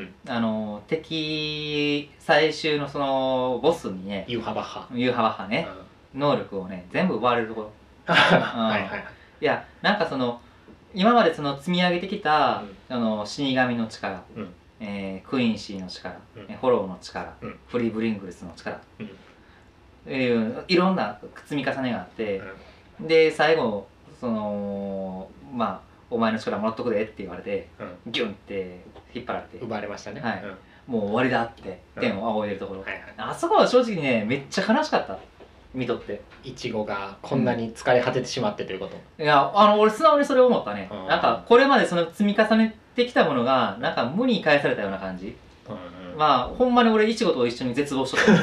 敵最終のそのボスにね、 ユーハバッハね、能力をね全部奪われるところ。いやなんかその今までその積み上げてきた、死神の力、クイーンシーの力、フォローの力、フリーブリングルスの力、いろんな積み重ねがあって、で最後そのまあお前の力もらっとくでって言われて、ギュンって引っ張られて奪われましたね。 もう終わりだって天を仰いでるところ、あそこは正直ねめっちゃ悲しかった。見とってイチゴがこんなに疲れ果ててしまってということ、 いや俺素直にそれを思ったね。なんかこれまでその積み重ねてきたものがなんか無に返されたような感じ。まあほんまに俺イチゴと一緒に絶望しとった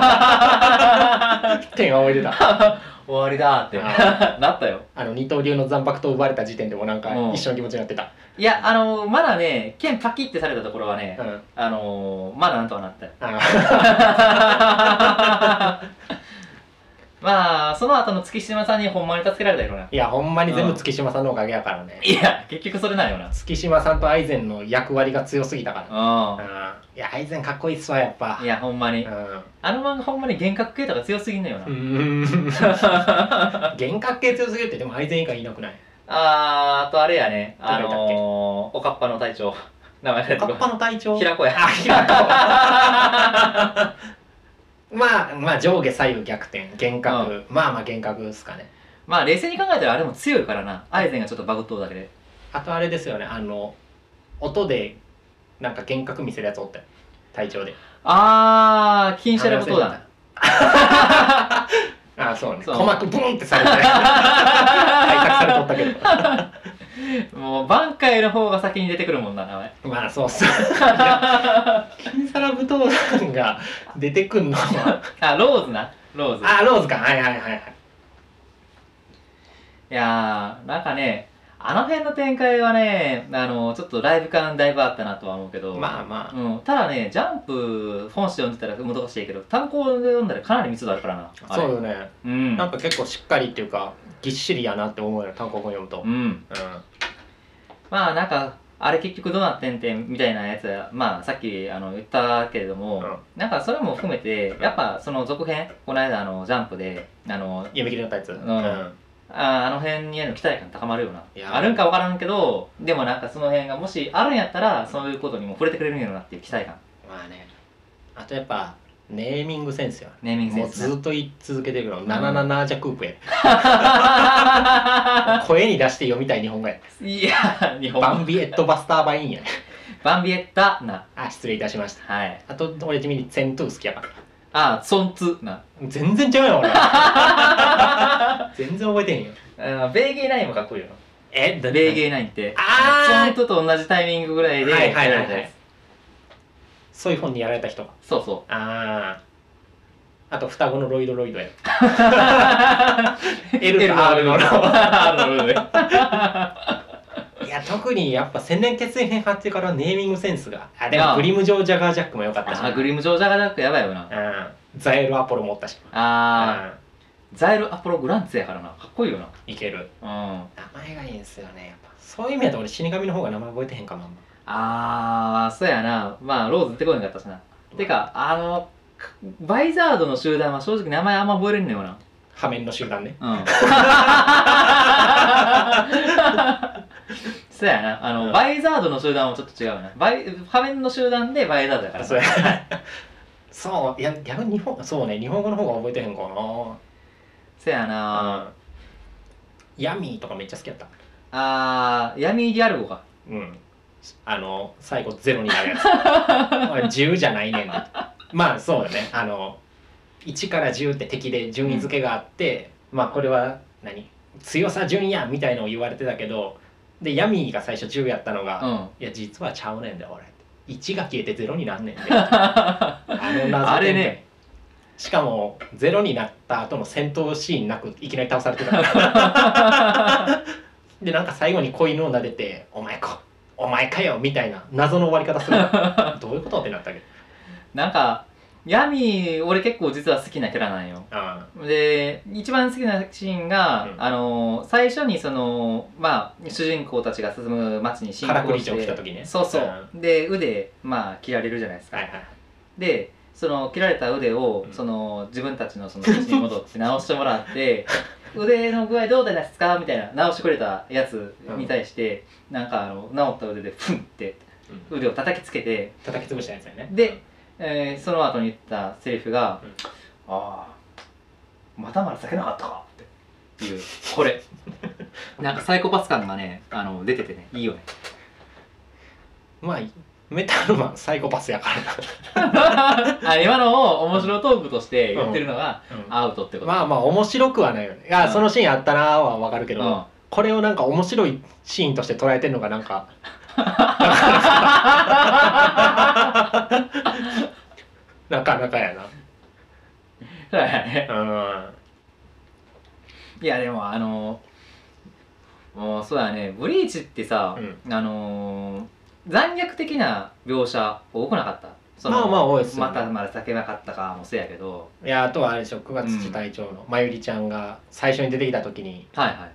天仰いでた終わりだってなったよ。 二刀流の残白と奪われた時点でもなんか一緒の気持ちになってた。 いやまだね剣パキってされたところはね、まだなんとはなったよ。まあその後の月島さんにほんまに助けられたよな。 いやほんまに全部月島さんのおかげやからね。 いや結局それなんよな。 月島さんとアイゼンの役割が強すぎたから。いやアイゼンかっこいいっすわやっぱ。 いやほんまに、あの漫画ほんまに幻覚系とか強すぎんのよな。 幻覚系強すぎるってでもアイゼン以外いなくない？ あとあれやね、おかっぱの隊長名前おかっぱの隊長平子や。 平子まあ上下左右逆転幻覚、まあ幻覚ですかね。 まあ冷静に考えたらあれも強いからな。アイゼンがちょっとバグっとるだけで。 あとあれですよね、音でなんか幻覚見せるやつおったよ隊長で。 金シャラブトだ。 そうね、鼓膜ブーンってされて開拓されとったけどもう挽回の方が先に出てくるもんな名前。 まあそうっす。金サラブトーンが出てくんのはローズな。ローズか。はい。 いやーなんかねあの辺の展開はねちょっとライブ感だいぶあったなとは思うけど、ただねジャンプ本誌読んでたら難しいけど単行で読んだらかなり密度あるからな。 そうよね、なんか結構しっかりっていうかぎっしりやなって思うよ単行本読むと。まあなんかあれ結局どうなってんてみたいなやつはまあさっき言ったけれども、なんかそれも含めてやっぱその続編この間ジャンプで読み切りだったやつ、 あの辺への期待感高まるよな。あるんか分からんけどでもなんかその辺がもしあるんやったらそういうことにも触れてくれるんやろなっていう期待感。 まあね、あとやっぱネーミングセンスよ。 ネーミングセンスもうずっと言い続けてるけど77ジャクープや声に出して読みたい日本語や。 いや日本語バンビエットバスターバインやね。 バンビエッタな。 失礼いたしました。 はい。 あと俺地味にツェントゥ好きやから。 ソンツな。 全然ちゃうよ俺。全然覚えてへんよ。 ベーゲーナインもかっこいいよな。ベーゲーナインってソンツと同じタイミングぐらいでやられたやつ。 そういう本にやられた人が。 そうあと双子のロイドや。L と R のロイド。いや特にやっぱ千年決戦編貼ってからネーミングセンスが。でもグリムジョー・ジャガー・ジャックも良かったし。 グリムジョー・ジャガー・ジャックやばいよな。 ザエル・アポロもおったし。 ザエル・アポロ・グランツやからな。かっこいいよな。 いける。名前がいいんですよねやっぱ。そういう意味だと俺死神の方が名前覚えてへんかも。 そうやな。まあローズ出てこなかったしな。てかバイザードの集団は正直名前あんま覚えれんねんよな。 破面の集団ね。 そうやな。バイザードの集団はちょっと違うな。破面の集団でバイザードやから。 そういや逆にそうね日本語の方が覚えてへんかな。 そやな。 ヤミーとかめっちゃ好きやった。 闇ディアルゴか。 最後ゼロになるやつ10じゃないねんでまあそうよね1から10って敵で順位付けがあって、まあこれは強さ順やみたいのを言われてたけど、でヤミーが最初10やったのが、いや実はちゃうねんで俺1が消えて0になんねんで謎あれね。 しかも0になった後の戦闘シーンなくいきなり倒されてたからでなんか最後に子犬を撫でてお前かよみたいな謎の終わり方するどういうことってなったけど、 なんか闇俺結構実は好きなキャラなんよ。で一番好きなシーンが、最初に主人公たちが進む街に侵攻して、 来た時ね。 そうそう、で腕切られるじゃないですか。でその切られた腕を、自分たちの土地に戻って直してもらって腕の具合どうですかみたいな直してくれたやつに対して、なんか直った腕でフンって腕を叩きつけて叩き潰したやつやね。 で、その後に言ったセリフが「ああまだまだ酒なかったか」っていうこれなんかサイコパス感がね出ててねいいよね。 まあメタルマンサイコパスやからな今のを面白トークとして言ってるのがアウトってこと、 まあまあ面白くはないよね。そのシーンあったなはわかるけど、これをなんか面白いシーンとして捉えてるのがなんかなかなかやな。 そうやね。いやでももうそうやね、ブリーチってさ、残虐的な描写多くなかった？ まあまあ多いですよね。まだ酒なかったかもせやけど。 いやあとはあれでしょ、9月土隊長のまゆりちゃんが最初に出てきた時に、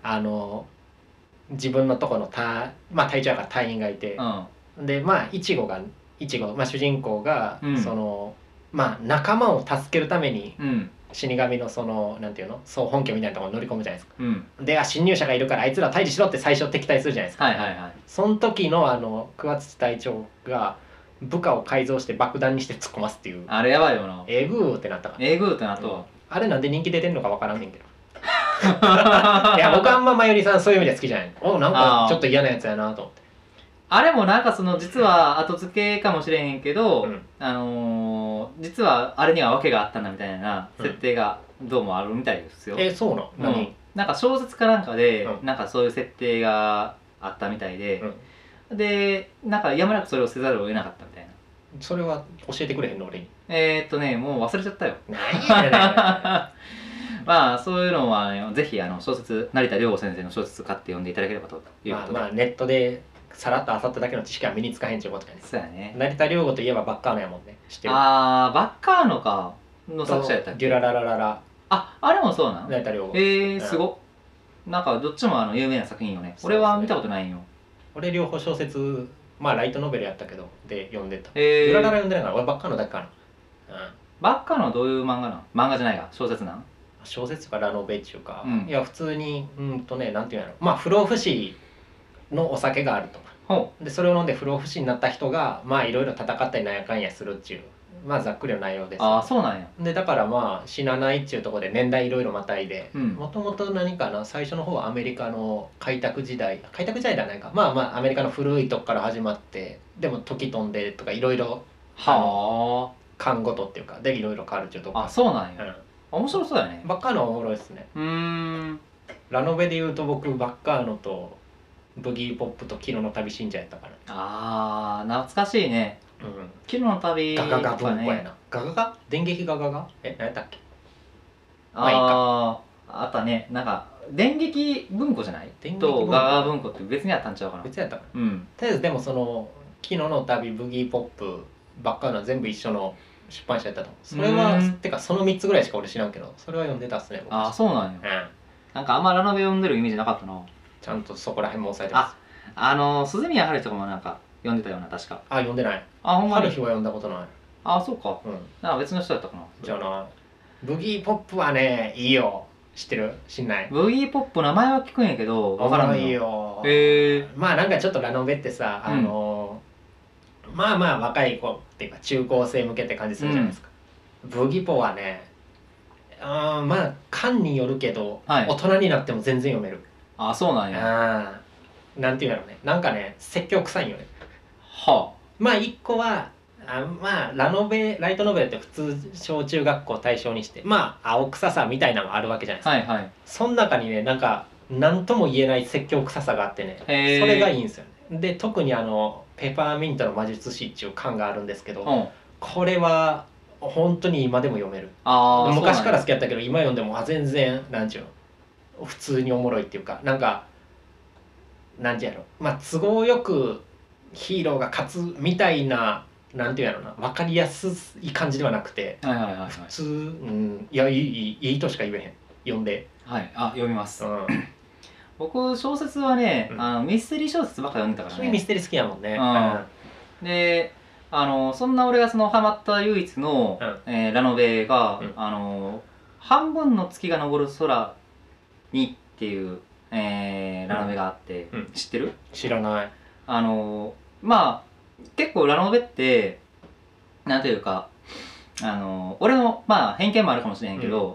自分のとこの隊長やから隊員がいて、でいちご、主人公が、仲間を助けるために、死神のなんていうの総本拠みたいなところに乗り込むじゃないですか、で侵入者がいるからあいつら退治しろって最初敵対するじゃないですか、その時の桑土隊長が部下を改造して爆弾にして突っ込ますっていう、 あれやばいよな。 えぐーってなったから、 えぐーってなったわ、 あれなんで人気出てんのかわからんねんけどいや僕あんままゆりさんそういう意味で好きじゃない。なんかちょっと嫌なやつやなと思って。 あれもなんか実は後付けかもしれへんけど、実はあれには訳があったんだみたいな設定がどうもあるみたいですよ。 そうなの？何？ なんか小説かなんかで、なんかそういう設定があったみたいで、でなんかやむなくそれをせざるを得なかったみたいな。 それは教えてくれへんの俺に。 もう忘れちゃったよ。 何やねんまあそういうのは、ね、ぜひ小説成田凌先生の小説買って読んでいただければということで、 ネットでさらっとあさっただけの知識は身につかへんちゅうことやね。 そうやね。 成田凌といえばバッカーノやもんね。知ってる？ バッカーノかの作者やったっけ？ デュラララララ。 あれもそうなの？ 成田凌。 すごっ。なんかどっちも有名な作品よね。俺は見たことないんよ。 俺両方小説ライトノベルやったけどで読んでた。デュラララ読んでないから俺バッカーノだけかな。 バッカーノはどういう漫画なん？漫画じゃないか、小説なん？ 小説とかラノベっていうか、いや普通になんていうんやろ、不老不死のお酒があると、でそれを飲んで不老不死になった人がいろいろ戦ったりなんやかんやするっていうざっくりの内容です。 そうなんや。 でだから死なないっていうところで年代いろいろまたいで、もともと何かな、最初の方はアメリカの開拓時代ではないか、アメリカの古いとこから始まって、でも時飛んでとかいろいろ巻ごとっていうかでいろいろ変わるっていうところ。 そうなんや。面白そうやね。 バッカーノはおもろいですね。ラノベでいうと僕バッカーノとブギーポップとキノの旅信者やったかな。 懐かしいね。キノの旅ガガガ文庫やな。ガガガ電撃ガガガ何やったっけ？ あったね。なんか電撃文庫じゃない？とガガガ文庫って別にあったんちゃうかな。 別にあったかな。とりあえずでもキノの旅ブギーポップバッカーノは全部一緒の出版社やったと思う。それはてかその3つぐらいしか俺知らんけど、それは読んでたっすね。 そうなんや。なんかあんまラノベ読んでるイメージなかったな。 ちゃんとそこら辺も押さえてます。 鈴宮春日とかもなんか読んでたような、確か。 読んでない。 ほんまに。 春日は読んだことない。 そうか。なんか別の人だったかな。 じゃあな、ブギーポップはねいいよ。知ってる？知んない？ ブギーポップ名前は聞くんやけど分からんよ。なんかちょっとラノベってさ、若い子っていうか中高生向けって感じするじゃないですか。 ブギポはね、まあ巻によるけど、 はい大人になっても全然読める。 あ、そうなんや。 なんていうんだろうね、なんかね説教臭いよね。 はまあ一個はまあライトノベルって普通小中学校を対象にして、まあ青臭さみたいなのがあるわけじゃないですか。 はいはい。 その中にね、なんか何とも言えない説教臭さがあってね、そへーれがいいんですよね。で特にペパーミントの魔術師っていう巻があるんですけど、 うん。 これは本当に今でも読める。 ああ、 昔から好好きやったけど今読んでも全然なんちゅうの、普通におもろいっていうか、なんかなんていうやろ、まあ都合よくヒーローが勝つみたいな、なんていうやろな、分かりやすい感じではなくて、 はいはいはいはい。 普通、いやいいとしか言えへん、読んで。 はい、あ、読みます。 うん、 僕、小説はね、 うんミステリー小説ばっか読んでたからね。 君ミステリー好きやもんね。 で、そんな俺がハマった唯一の、ラノベが、 うん半分の月が昇る空にっていう、ラノベがあって、 うん知ってる？ 知らない。 まあ、結構ラノベって、なんというか、俺の、まあ、偏見もあるかもしれへんけど、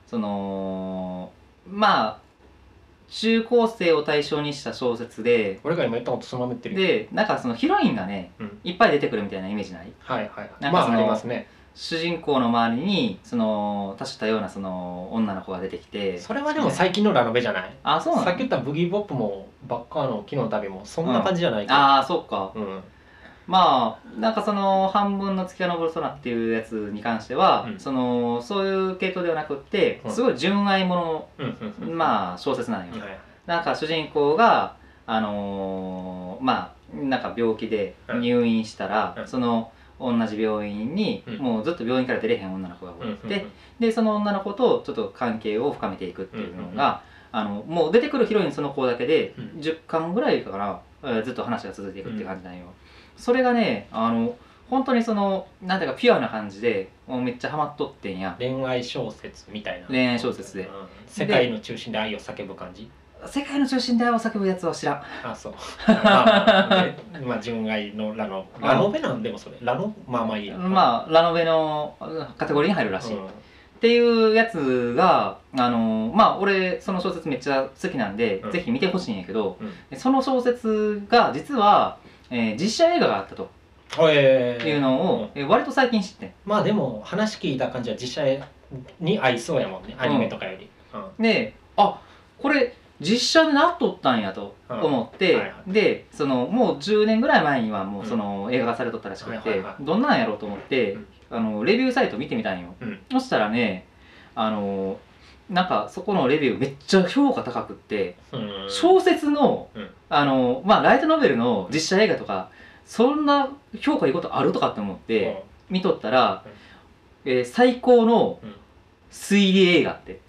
まあ、中高生を対象にした小説で、 俺が今言ったことそのまま言ってるよ。 で、なんかヒロインがね、 うんいっぱい出てくるみたいなイメージない？ はいはいはい。 なんかまあありますね。 主人公の周りに多種多様な女の子が出てきて、 それはでも最近のラノベじゃない？ あ、そうなの？ さっき言ったブギーポップもバッカーの昨日の旅もそんな感じじゃないけど。 ああ、そうか。 うんまあなんか半分の月が昇る空っていうやつに関しては、 うんそういう系統ではなくってすごい純愛ものの、まあ小説なんよ。 はいなんか主人公がまあなんか病気で入院したら、 うん同じ病院に、 うんもうずっと病院から出れへん女の子がおって、 うんうんでその女の子とちょっと関係を深めていくっていうのが、もう出てくるヒロインその子だけでうん 10巻ぐらいかな、ずっと話が続いていくっていう感じなんよ。それがね本当になんていうかピュアな感じでもうめっちゃハマっとってんや。 恋愛小説みたいな。 恋愛小説で、 世界の中心で愛を叫ぶ感じ。 世界の中心で愛を叫ぶやつは知らん。 あ、そう。まあ純愛のラノベなんでもそれまあまあいい。 まあラノベのカテゴリーに入るらしい、っていうやつがまあ俺その小説めっちゃ好きなんで、ぜひ見てほしいんやけど、その小説が実は、実写映画があったというのを、割と最近知ってん。 まあでも話聞いた感じは実写に合いそうやもんね、アニメとかより。 で、あ、これ実写でなっとったんやと思って、でもう10年ぐらい前にはもう映画化されとったらしくて、どんなんやろうと思って、レビューサイト見てみたんよ。そしたらね、なんかそこのレビューめっちゃ評価高くって、小説のまあライトノベルの実写映画とかそんな評価いいことあるとかって思って見とったら、最高の推理映画って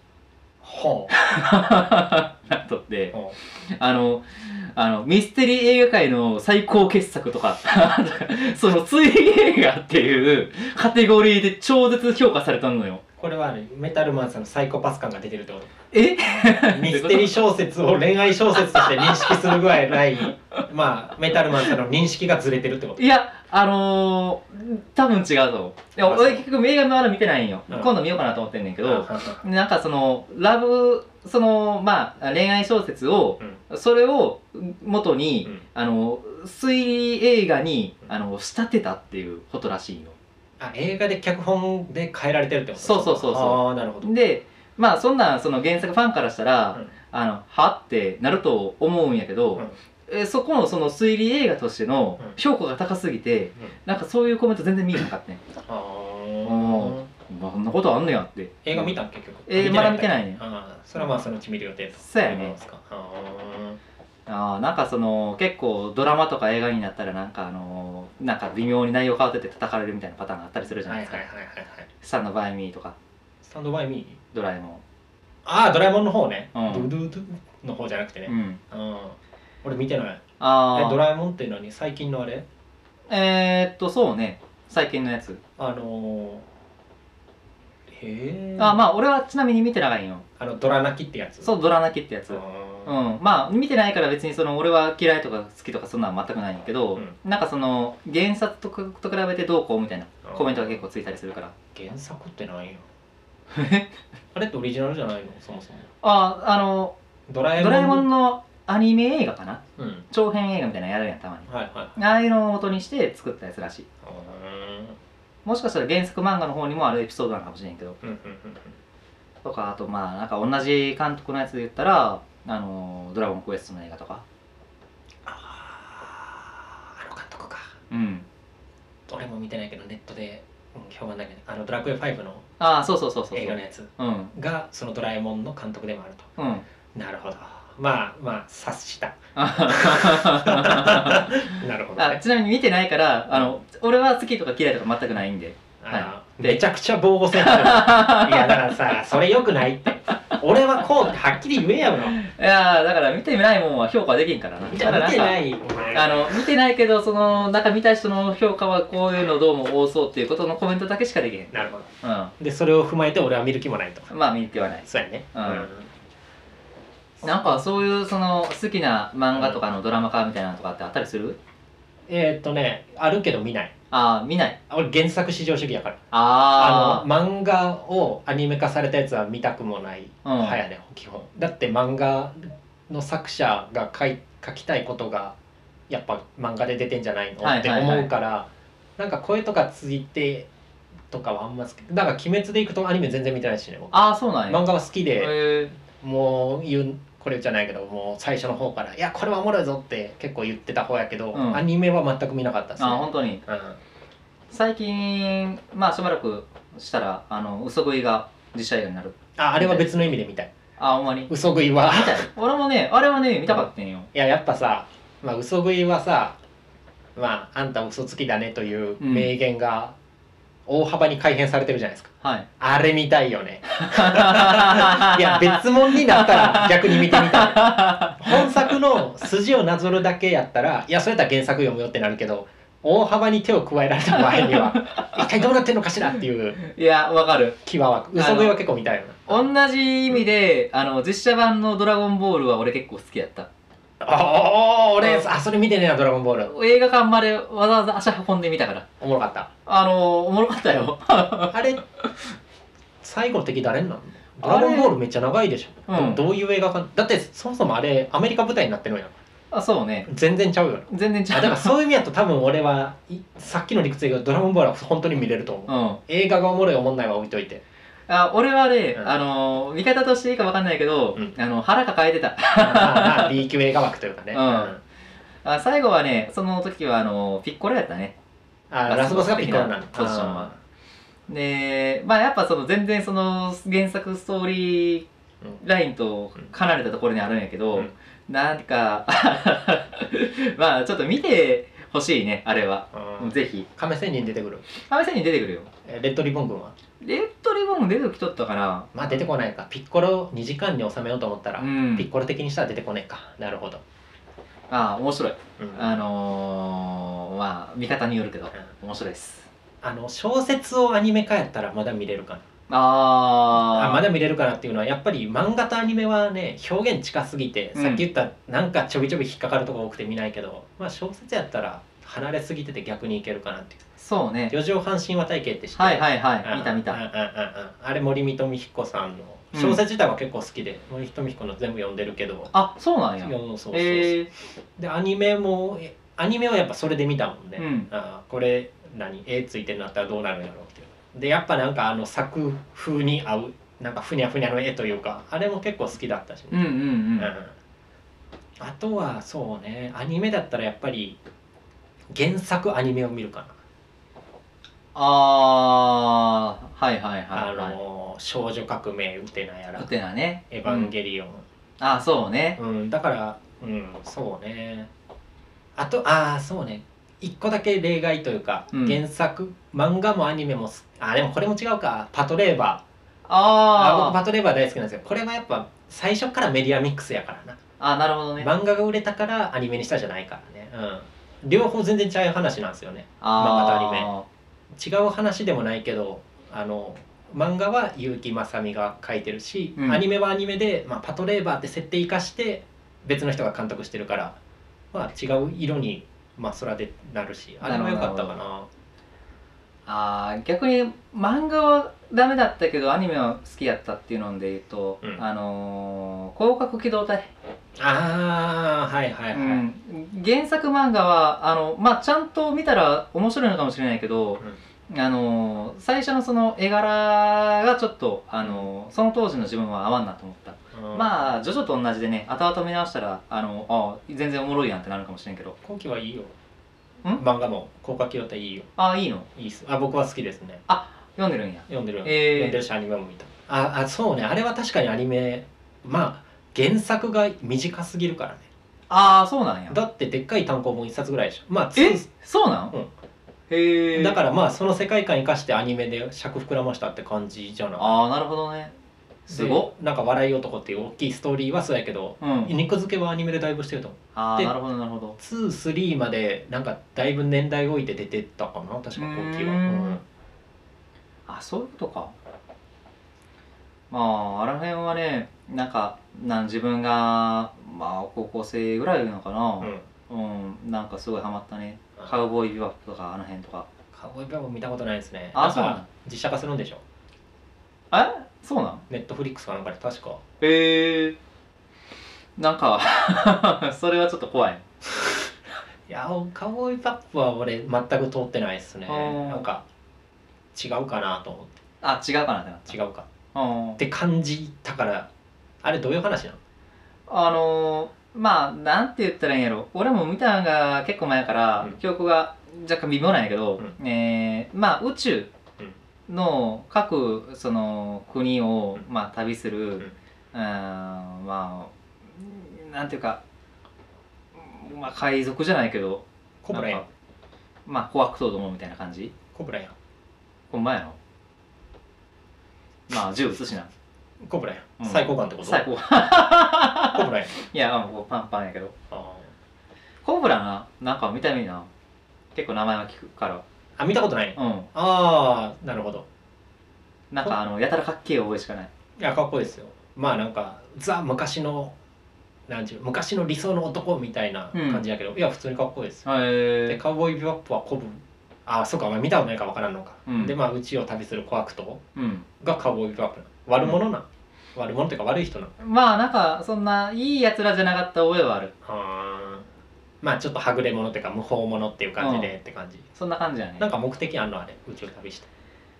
なっとって、ミステリー映画界の最高傑作とかその推理映画っていうカテゴリーで超絶評価されたのよ。 これはね、メタルマンさんのサイコパス感が出てるってこと。 えミステリー小説を恋愛小説として認識するぐらいないまあメタルマンさんの認識がずれてるってこと。 いや多分違うと思う。いや俺結局映画まだ見てないんよ、今度見ようかなと思ってんねんけど、なんかまあ恋愛小説を、それを元に、推理映画に仕立てたっていうことらしいよ。 映画で脚本で変えられてるってこと。 そう。 なるほど。 でまあそんな原作ファンからしたら、はってなると思うんやけど、そこの推理映画としての評価が高すぎて、なんかそういうコメント全然見えなかったね。こんなことあんねやって。 映画見たん結局。 映画まだ見てないね。 それはまあそのうち見る予定と。 そうやね。なんか結構ドラマとか映画になったらなんか微妙に内容変わってて叩かれるみたいなパターンがあったりするじゃないですか。スタンドバイミーとか。 スタンドバイミー？ ドラえもん。 ドラえもんの方ね。ドゥドゥドゥの方じゃなくてね。俺見てない。ドラえもんって何？最近のあれ？ そうね。最近のやつ。まあ俺はちなみに見てないよ。 ドラ泣きってやつ。 そう、ドラ泣きってやつ。まあ見てないから別に俺は嫌いとか好きとかそんなの全くないんだけど、なんか原作と比べてどうこうみたいなコメントが結構ついたりするから。 原作って何よあれってオリジナルじゃないのそもそも。ドラえもんのアニメ映画かな、長編映画みたいなのやるやんたまに、ああいうのを元にして作ったやつらしい。もしかしたら原作漫画の方にもあるエピソードなのかもしれんけど、とか、あとまあなんか同じ監督のやつで言ったらドラゴンクエストの映画とか。 あの監督か。俺も見てないけどネットで評判だけど、ドラクエ5の映画のやつがそのドラえもんの監督でもあると。なるほど。まあ察したなるほど、ね、 ちなみに見てないから俺は好きとか嫌いとか全くないんで、 めちゃくちゃ防護線いやだからさそれよくないって俺はこうってはっきり言えやろ。いやだから見てないもんは評価できんからな。 じゃあ見てない見てないけどそのなんか見た人の評価はこういうのどうも多そうっていうことのコメントだけしかできへん。 なるほど、でそれを踏まえて俺は見る気もないと。 まあ見る気はない。 そうやね。 なんかそういうその好きな漫画とかのドラマ化みたいなのとかってあったりする？ あるけど見ない。 見ない。 俺原作至上主義やから。漫画をアニメ化されたやつは見たくもない派やね、基本。だって漫画の作者が書きたいことがやっぱ漫画で出てんじゃないのって思うから、なんか声とかついてとかはあんま好き。だから鬼滅でいくとアニメ全然見てないしね。 そうなんや。漫画は好きで、もうこれじゃないけどもう最初の方からいやこれはおもろいぞって結構言ってた方やけど、アニメは全く見なかったですね。 本当に。最近まあしばらくしたら嘘食いが実写映画になる。 あれは別の意味で見たい。 ほんまに。 嘘食いは見たい。俺もねあれはね見たかったんよ。 いややっぱさ、嘘食いはさ、あんた嘘つきだねという名言が大幅に改変されてるじゃないですか。あれ見たいよねいや別物になったら逆に見てみたい本作の筋をなぞるだけやったらいやそれやったら原作読むよってなるけど、大幅に手を加えられた場合には一体どうなってんのかしらっていういやわかる気は湧く。嘘食いは結構見たいよな。同じ意味で実写版のドラゴンボールは俺結構好きやった。 俺それ見てねえな、ドラゴンボール。 映画館までわざわざ足運んでみたから。 おもろかった。 おもろかったよあれ最後の敵誰なの？ドラゴンボールめっちゃ長いでしょ。どういう映画かだってそもそもあれアメリカ舞台になってるのやん。 そうね。 全然ちゃうよ。 全然ちゃう。 だからそういう意味だと多分俺はさっきの理屈で言うとドラゴンボールは本当に見れると思う。映画がおもろいおもんないは置いといて。 俺はね、見方としていいか分かんないけど、腹抱えてた B 級映画枠というかね。 最後はねその時はピッコロやったね。 ラスボスがピッコロなのポジションは。でやっぱ全然その原作ストーリーラインと離れたところにあるんやけど、なんかちょっと見てほしいねあれは。ぜひ。 亀仙人出てくる？ 亀仙人出てくるよ。 レッドリボン軍は？ レッドリボン軍出てきとったかな。 出てこないか。ピッコロ2時間に収めようと思ったら、ピッコロ的にしたら出てこねえか。なるほど。 面白い。見方によるけど面白いです。 小説をアニメ化やったらまだ見れるかな。まだ見れるかなっていうのはやっぱり漫画とアニメはね表現近すぎて、さっき言ったなんかちょびちょび引っかかるとこ多くて見ないけど、小説やったら離れすぎてて逆にいけるかなっていう。 そうね。 四畳半神話体系って知ってる？ 見た。 あれ森見と美彦さんの小説自体は結構好きで、森見と美彦の全部読んでるけど。 そうなんや。 そう。でアニメはやっぱそれで見たもんね。これ絵ついてるんだったらどうなるんやろうっていう。でやっぱなんか作風に合うなんかふにゃふにゃの絵というかあれも結構好きだったしね。あとはそうね、アニメだったらやっぱり原作アニメを見るかな。少女革命ウテナやら、 ウテナね、 エヴァンゲリオン。 そうね。 だからそうね。あとそうね。一個だけ例外というか、原作漫画もアニメもでもこれも違うか。パトレーバー。僕パトレーバー大好きなんですよ。これはやっぱ最初からメディアミックスやからな。 なるほどね。 漫画が売れたからアニメにしたじゃないからね。両方全然違う話なんですよね。漫画とアニメ違う話でもないけど、漫画は結城まさみが書いてるし、アニメはアニメで、パトレーバーって設定生かして別の人が監督してるから、違う色にそらでなるし、あれも良かったかな。 逆に漫画はダメだったけどアニメは好きやったっていうので言うと、広角機動隊。 はいはいはい、 原作漫画はまあちゃんと見たら面白いのかもしれないけど、最初のその絵柄がちょっとその当時の自分は合わんなと思った。まあジョジョと同じでね、後々見直したら全然おもろいやんってなるかもしれんけど。 今期はいいよ。漫画も広角機動隊いいよ。 いいの？ いいっす。僕は好きですね。 読んでるんや。 読んでるしアニメも見た。そうね、あれは確かにアニメ、まあ原作が短すぎるからね。 そうなんや。 だってでっかい単行本1冊ぐらいでしょ。 そうなん？ へえ。だからまあその世界観生かしてアニメで尺膨らましたって感じじゃない。 なるほどね。すごっ。なんか笑い男っていう大きいストーリーはそうやけど、肉付けはアニメでだいぶしてると思う。 なるほどなるほど。 2、3までなんかだいぶ年代置いて出てたかな、確か後期は。 そういうことか。まああの辺はね、なんか自分が高校生ぐらいなのかな。なんかすごいハマったね。カウボーイビバップとかあの辺とか。 カウボーイビバップ見たことないですね。 そうなん。 実写化するんでしょ。 そうなん？ ネットフリックスかなんかで確か。 なんかそれはちょっと怖い。 いや、カウボーイビバップは俺全く通ってないっすね。なんか違うかなと思って。 違うかなってなった。 違うかって感じたから。あれどういう話なの？まあなんて言ったらいいんやろ。俺も見たのが結構前やから、記憶が若干微妙なんやけど、まあ宇宙の各その国を旅する、まあなんていうか、海賊じゃないけど、 コブラやん。 小悪党どもみたいな感じ。 コブラやん。 ほんまやの。銃撃つしな。 コブラやん。最高感ってこと？ 最高。コブラやん。 いやパンパンやけど。コブラなんか見た目な。結構名前は聞くから。 見たことない。なるほど。 なんかやたらかっけえ覚えしかない。 いや、かっこいいですよ。なんか昔の昔の理想の男みたいな感じやけど、いや普通にかっこいいですよ。でカウボーイビバップはコブ、そうか、見たことないか分からんのか。で宇宙を旅する小悪党がカウボーイビバップな。悪者っていうか悪い人な。 なんかそんないいやつらじゃなかった覚えはある。 ちょっとはぐれ者っていうか無法者っていう感じでって感じ。 そんな感じやね。 なんか目的あんのあれ、宇宙旅して。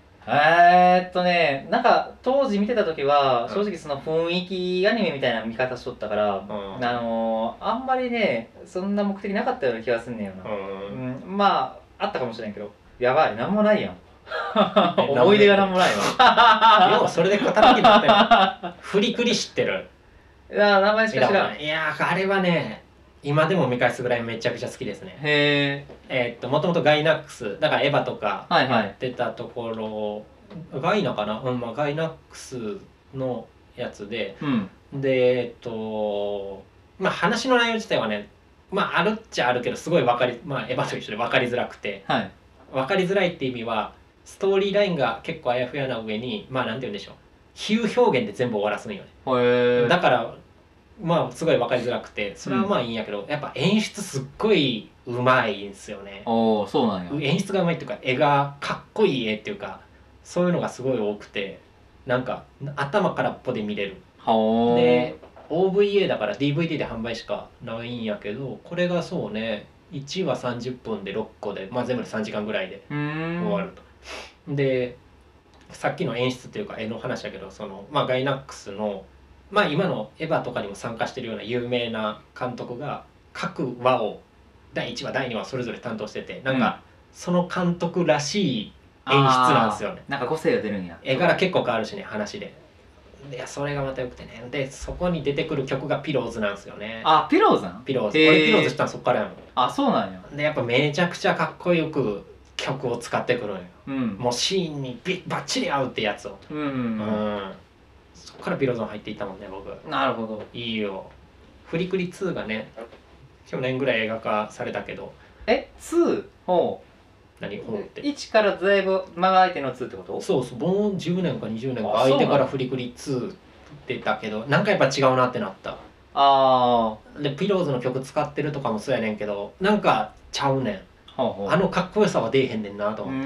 なんか当時見てた時は正直その雰囲気アニメみたいな見方しとったから、あんまりねそんな目的なかったような気がすんねんよな。あったかもしれんけど、やばい、なんもないやん。思い出がなんもないわ。 ようそれで語る気になったよ。フリクリ知ってる？ いや、名前しか知らん。 いやあれはね、今でも見返すぐらいめちゃくちゃ好きですね。もともとガイナックスだからエヴァとかやってたところ、ガイナかな、ガイナックスのやつで、で話の内容自体はね、あるっちゃあるけどすごいエヴァと一緒で分かりづらくて、分かりづらいって意味はストーリーラインが結構あやふやな上になんて言うんでしょう、比喩表現で全部終わらすんよね。だからすごい分かりづらくて、それはいいんやけど、やっぱ演出すっごいうまいんすよね。 そうなんや。 演出がうまいっていうか、絵がかっこいい絵っていうか、そういうのがすごい多くて、なんか頭からっぽで見れる。で OVA だから DVD で販売しかないんやけど、これがそうね、1話30分で6個で、全部で3時間ぐらいで終わると。でさっきの演出っていうか絵の話だけど、ガイナックスの今のエヴァとかにも参加してるような有名な監督が各話を第1話第2話それぞれ担当してて、なんかその監督らしい演出なんですよね。 なんか個性が出るんや。 絵柄結構変わるしね、話で。それがまたよくてね。でそこに出てくる曲がピローズなんですよね。 ピローズなん？ ピローズ。俺ピローズしたのそっからやもん。 そうなんや。 でやっぱめちゃくちゃかっこよく曲を使ってくるのよ。もうシーンにバッチリ合うってやつを。そっからピローズに入っていったもんね、僕。 なるほど。 いいよ。フリクリ2がね、去年ぐらい映画化されたけど。 2？ 何本って。 1からだいぶ間が空いての2ってこと？ そうそう、もう10年か20年か空いてからフリクリ2出たけど、なんかやっぱ違うなってなった。でピローズの曲使ってるとかもそうやねんけど、なんかちゃうねん。 あのかっこよさは出えへんねんなと思って。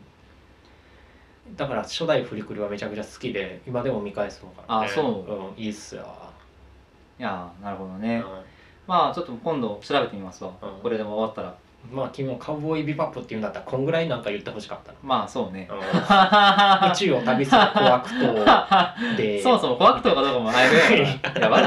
だから初代フリクリはめちゃくちゃ好きで今でも見返すのからね。 そう、 いいっすよ。 いやなるほどね。まあちょっと今度調べてみますわ。これでも終わったら。 まあ君もカウボーイビバップって言うんだったらこんぐらいなんか言ってほしかったな。 まあそうね。 宇宙を旅する小悪党でそもそも小悪党かどうかもあれね。やばない。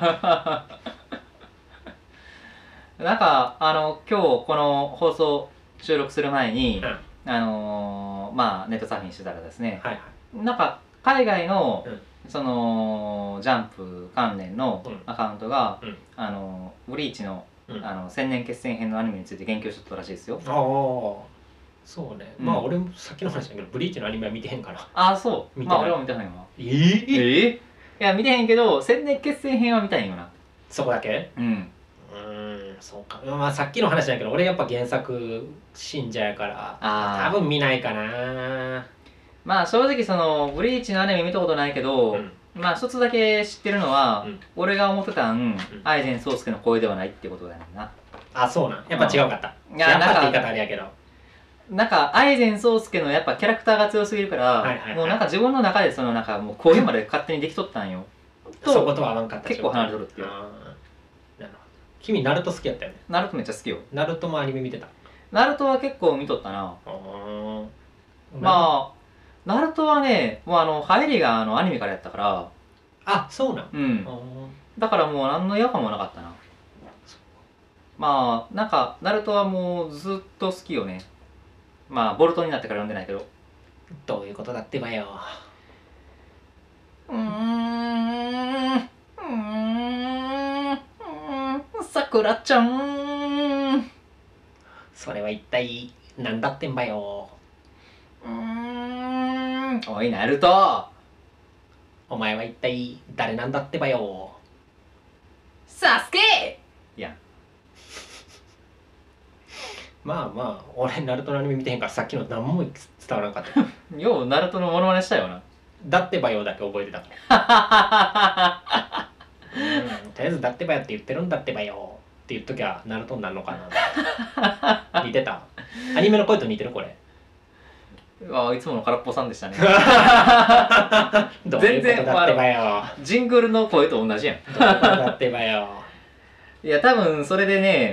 なんか今日この放送収録する前に、まあネットサーフィンしてたらですね、なんか海外の、そのジャンプ関連のアカウントが、ブリーチの千年決戦編のアニメについて言及しとったらしいですよ。 ああ、そうね。まあ俺もさっきの話だけどブリーチのアニメは見てへんから。 ああそう。まあ俺は見てへんわ。 いや見てへんけど千年決戦編は見たいんよな。 そこだけ？そうか。まあさっきの話だけど俺やっぱ原作信者やから多分見ないかな。 まあ正直そのブリーチのアニメ見たことないけど、まあ一つだけ知ってるのは、俺が思ってたアイゼン宗介の声ではないってことだよな。 あ、そうなん。やっぱ違うかった。やっぱって言い方あれやけど。 なんかアイゼン宗介のやっぱキャラクターが強すぎるから、もうなんか自分の中でそのなんかもう声まで勝手にできとったんよ。 そことは合わんかった。 結構離れとるっていう。なるほど。君ナルト好きやったよね。 ナルトめっちゃ好きよ。 ナルトもアニメ見てた。 ナルトは結構見とったな。まあナルトはね、もう入りがアニメからやったから。 あ、そうなん。 だからもう何の違和感もなかったな。まあなんかナルトはもうずっと好きよね。まあボルトになってから読んでないけど。 どういうことだってばよ。 さくらちゃん。 それは一体何だってんばよ。 おいナルト、 お前は一体誰なんだってばよ。 サスケ。いやまあまあ俺ナルトのアニメ見てへんからさっきの何も伝わらなかったようナルトのモノマネしたよな。 だってばよだけ覚えてたからとりあえずだってばよって言ってるんだってばよって言っときゃナルトになるのかな似てた。アニメの声と似てるこれ。 いつもの空っぽさんでしたね全然だってばよ。 ジングルの声と同じやんだってばよ。 いや多分それでね、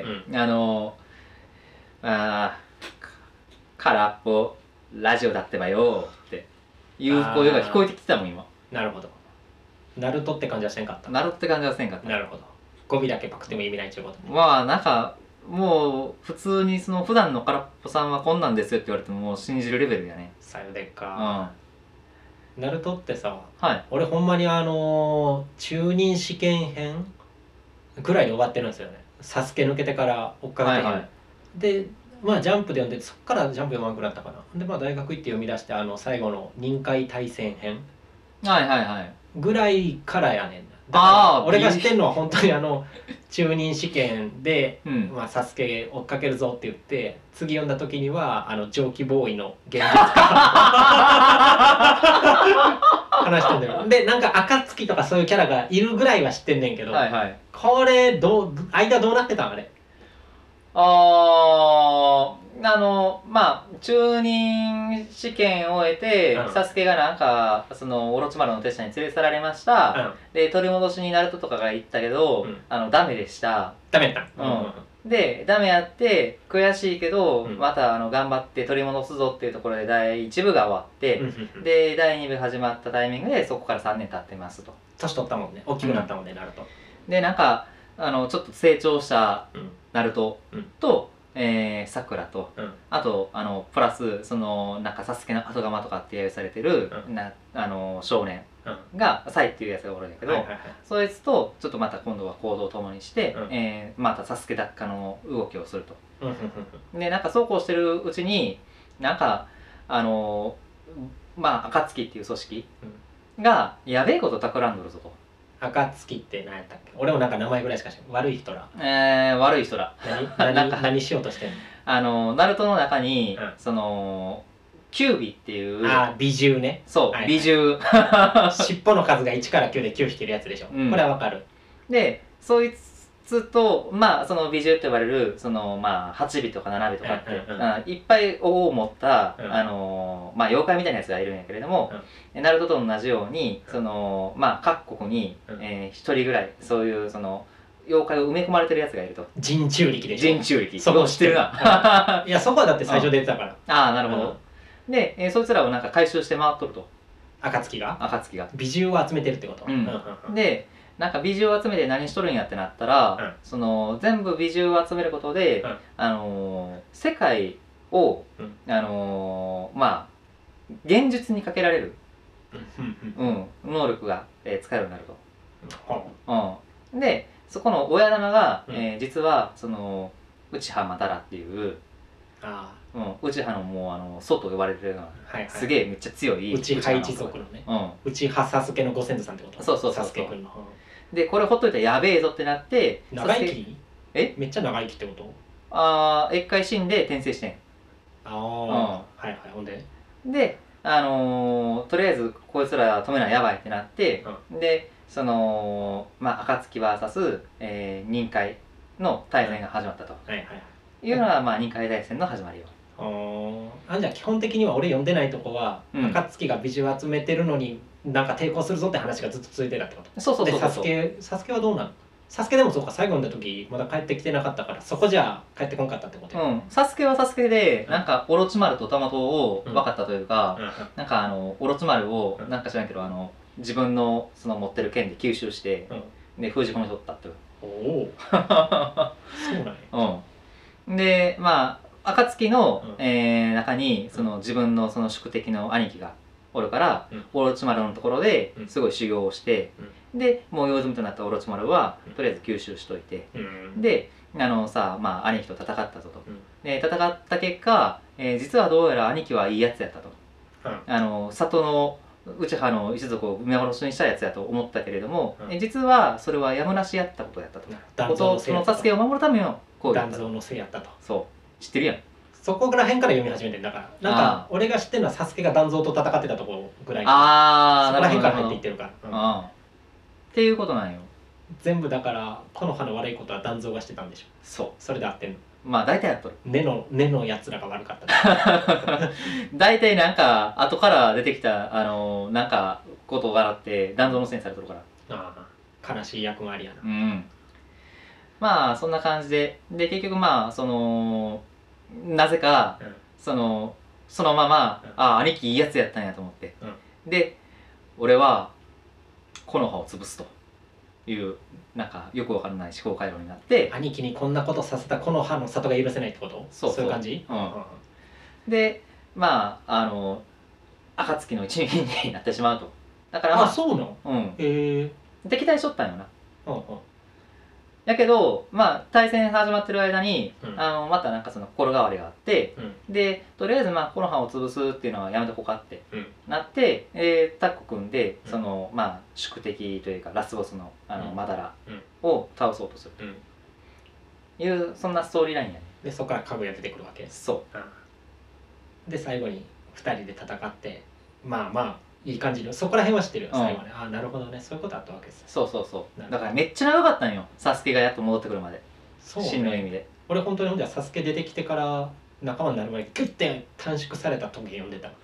空っぽラジオだってばよっていう声が聞こえてきてたもん今。 なるほど。ナルトって感じはせんかった。 ナルトって感じはせんかった。 なるほど。語尾だけパクっても意味ないっていうこと。 まあなんかもう普通にその普段の空っぽさんはこんなんですよって言われてももう信じるレベルやね。 さよでか。ナルトってさ、 はい、 俺ほんまに中任試験編ぐらいで終わってるんですよね。サスケ抜けてから追っかけて、でまあジャンプで読んでそっからジャンプ読まなくなったかな。でまあ大学行って読み出して最後の任海対戦編ぐらいからやねんな。だから俺が知ってんのは本当に中任試験でまあサスケ追っかけるぞって言って次読んだ時には蒸気ボーイの現実化話してんだよ。でなんか暁とかそういうキャラがいるぐらいは知ってんねんけど、これ間どうなってたんあれ。 まあ中任試験を終えて、サスケがなんかそのオロチマルの手下に連れ去られました、で取り戻しにナルトとかが言ったけど、ダメでした。 ダメやった。 でダメやって悔しいけど、また頑張って取り戻すぞっていうところで第1部が終わって、で第2部始まったタイミングでそこから3年経ってますと。 年取ったもんね。大きくなったもんね、ナルト。 でなんかちょっと成長したナルトと、さくらと、あとプラスそのなんかサスケの後釜とかって揶揄されてる、少年がサイっていうやつがおるんだけど、そいつとちょっとまた今度は行動を共にして、またサスケ奪還の動きをすると。でなんかそうこうしてるうちになんかまあ暁っていう組織がやべえこと企んどるぞと。 暁って何やったっけ。俺もなんか名前ぐらいしか知らない。悪い人ら。 悪い人ら。 何しようとしてんの。 ナルトの中に、そのキュービっていう。 美獣ね。 そう、美獣。 尻尾の数が1から9で9引けるやつでしょ。これはわかる。 でそいつと、まあその美獣って呼ばれるそのまあ8尾とか7尾とかっていっぱい尾を持ったまあ妖怪みたいなやつがいるんやけれども、ナルトと同じようにそのまあ各国に1人ぐらいそういうその妖怪を埋め込まれてるやつがいると。 人中力でしょ。 人中力、そこ知ってるな。 いやそこはだって最初出てたから。 ああなるほど。でそいつらをなんか回収して回っとると。 暁が美獣を集めてるってこと。 でなんか美獣を集めて何しとるんやってなったら、その全部美獣を集めることで、世界を、まあ現実にかけられる、能力が、使えるようになると。でそこの親玉が、実はその内葉マダラっていう内葉のもう祖と呼ばれてるようなすげえめっちゃ強い内葉一族のね、内葉サスケのご先祖さんってこと。 そうサスケ君の。でこれほっといたらやべえぞってなって、 長生きめっちゃ長生きってこと。 一回死んで転生してん。 はいほんでとりあえずこいつら止めなやばいってなって、でそのまあ暁 VS、任海の対戦が始まったというのはまあ任海大戦の始まりよ。 じゃあ基本的には俺読んでないとこは、暁が美獣を集めてるのになんか抵抗するぞって話がずっと続いてたってこと。 そうでサスケはどうなの。サスケでもそうか、最後の時まだ帰ってきてなかったからそこじゃ帰ってこんかったってこと。 サスケはサスケでなんかオロチマルとタマトを分かったというか、なんかオロチマルをなんか知らんけど自分のその持ってる剣で吸収して、で封じ込めとったって。 おおそうなんや。でまあ暁の、中にその自分のその宿敵の兄貴がおるから、オロチマルのところですごい修行をして、でもう用済みとなったオロチマルはとりあえず吸収しといて、でさまあ兄貴と戦ったぞと。で戦った結果、実はどうやら兄貴はいいやつやったと。里の内葉の一族を埋め殺しにしたやつやと思ったけれども、実はそれはやむなしやったことやったと。弟のサスケを守るための行為だったと。断蔵のせいやったと。 そう知ってるやん。 そこら辺から読み始めてんだから。なんか俺が知ってるのはサスケが断蔵と戦ってたところぐらい。そこら辺から入っていってるから。 っていうことなんよ。 全部だから木の葉の悪いことは断蔵がしてたんでしょ。 そうそれで合ってんの。 まあ大体やっとる。 根のやつらが悪かった大体なんか後から出てきたなんかことがあって断蔵のせいにされとるから。 悲しい役回りやな。 まあそんな感じで結局まあそのなぜか、そのまま兄貴いいやつやったんやと思って、で俺は木の葉を潰すというなんかよくわからない思考回路になって、 兄貴にこんなことさせた木の葉の里が許せないってこと。そういう感じ。 でまあ暁の一味になってしまうと。だからまあそうなの。 敵対しとったんよな。やけどまあ対戦始まってる間に、またなんかその心変わりがあって、でとりあえずまあ木の葉を潰すっていうのはやめとこうかってなって、タッグ組んでそのまあ宿敵というかラスボスのマダラを倒そうとするというそんなストーリーラインやね。 でそこからかぐや出てくるわけ。そうで最後に2人で戦ってまあいい感じのそこら辺は知ってるよ最後ね。なるほどね、そういうことあったわけです。 そうだからめっちゃ長かったんよ、サスケがやっと戻ってくるまで。真の意味で俺本当にほんじゃサスケ出てきてから仲間になるまでギュッて短縮された時読んでた。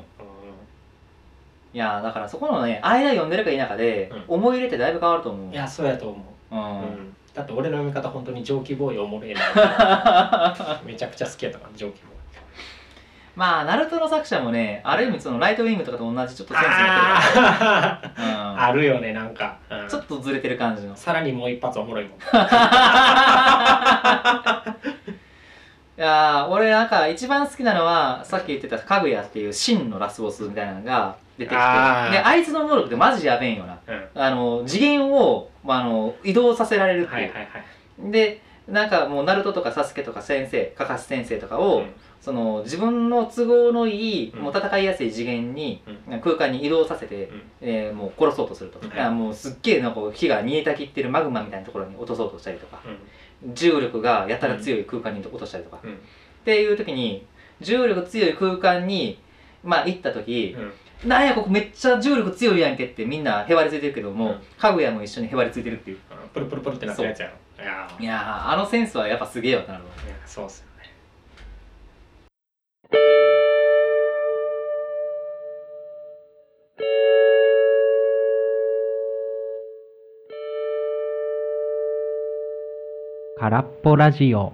いやだからそこのね間読んでるか否かで思い入れってだいぶ変わると思う。 いやそうやと思う。だって俺の読み方本当に蒸気ボーイおもれえなめちゃくちゃ好きやったから蒸気ボーイ。 まあナルトの作者もねある意味そのライトウィングとかと同じちょっとセンス持ってるからあるよねなんか、 ちょっとずれてる感じの。 さらにもう一発おもろいもん。いや俺なんか一番好きなのはさっき言ってたかぐやっていう真のラスボスみたいなのが出てきて、であいつの能力ってマジやべえんよな。次元を、移動させられるっていう。でなんかもうナルトとかサスケとか先生カカシ先生とかを、その自分の都合のいい、もう戦いやすい次元に、空間に移動させて、もう殺そうとすると。もうすっげえなんか火が煮えたきってるマグマみたいなところに落とそうとしたりとか、重力がやたら強い空間に落としたりとか、っていう時に重力強い空間にまあ行った時、なんやここめっちゃ重力強いやんけってみんなへばりついてるけども、かぐやも一緒にへばりついてるっていう。 プルプルプルってなったやつやろ。 いやあのセンスはやっぱすげえわ。なるほど。 いやそうっすよね。空っぽラジオ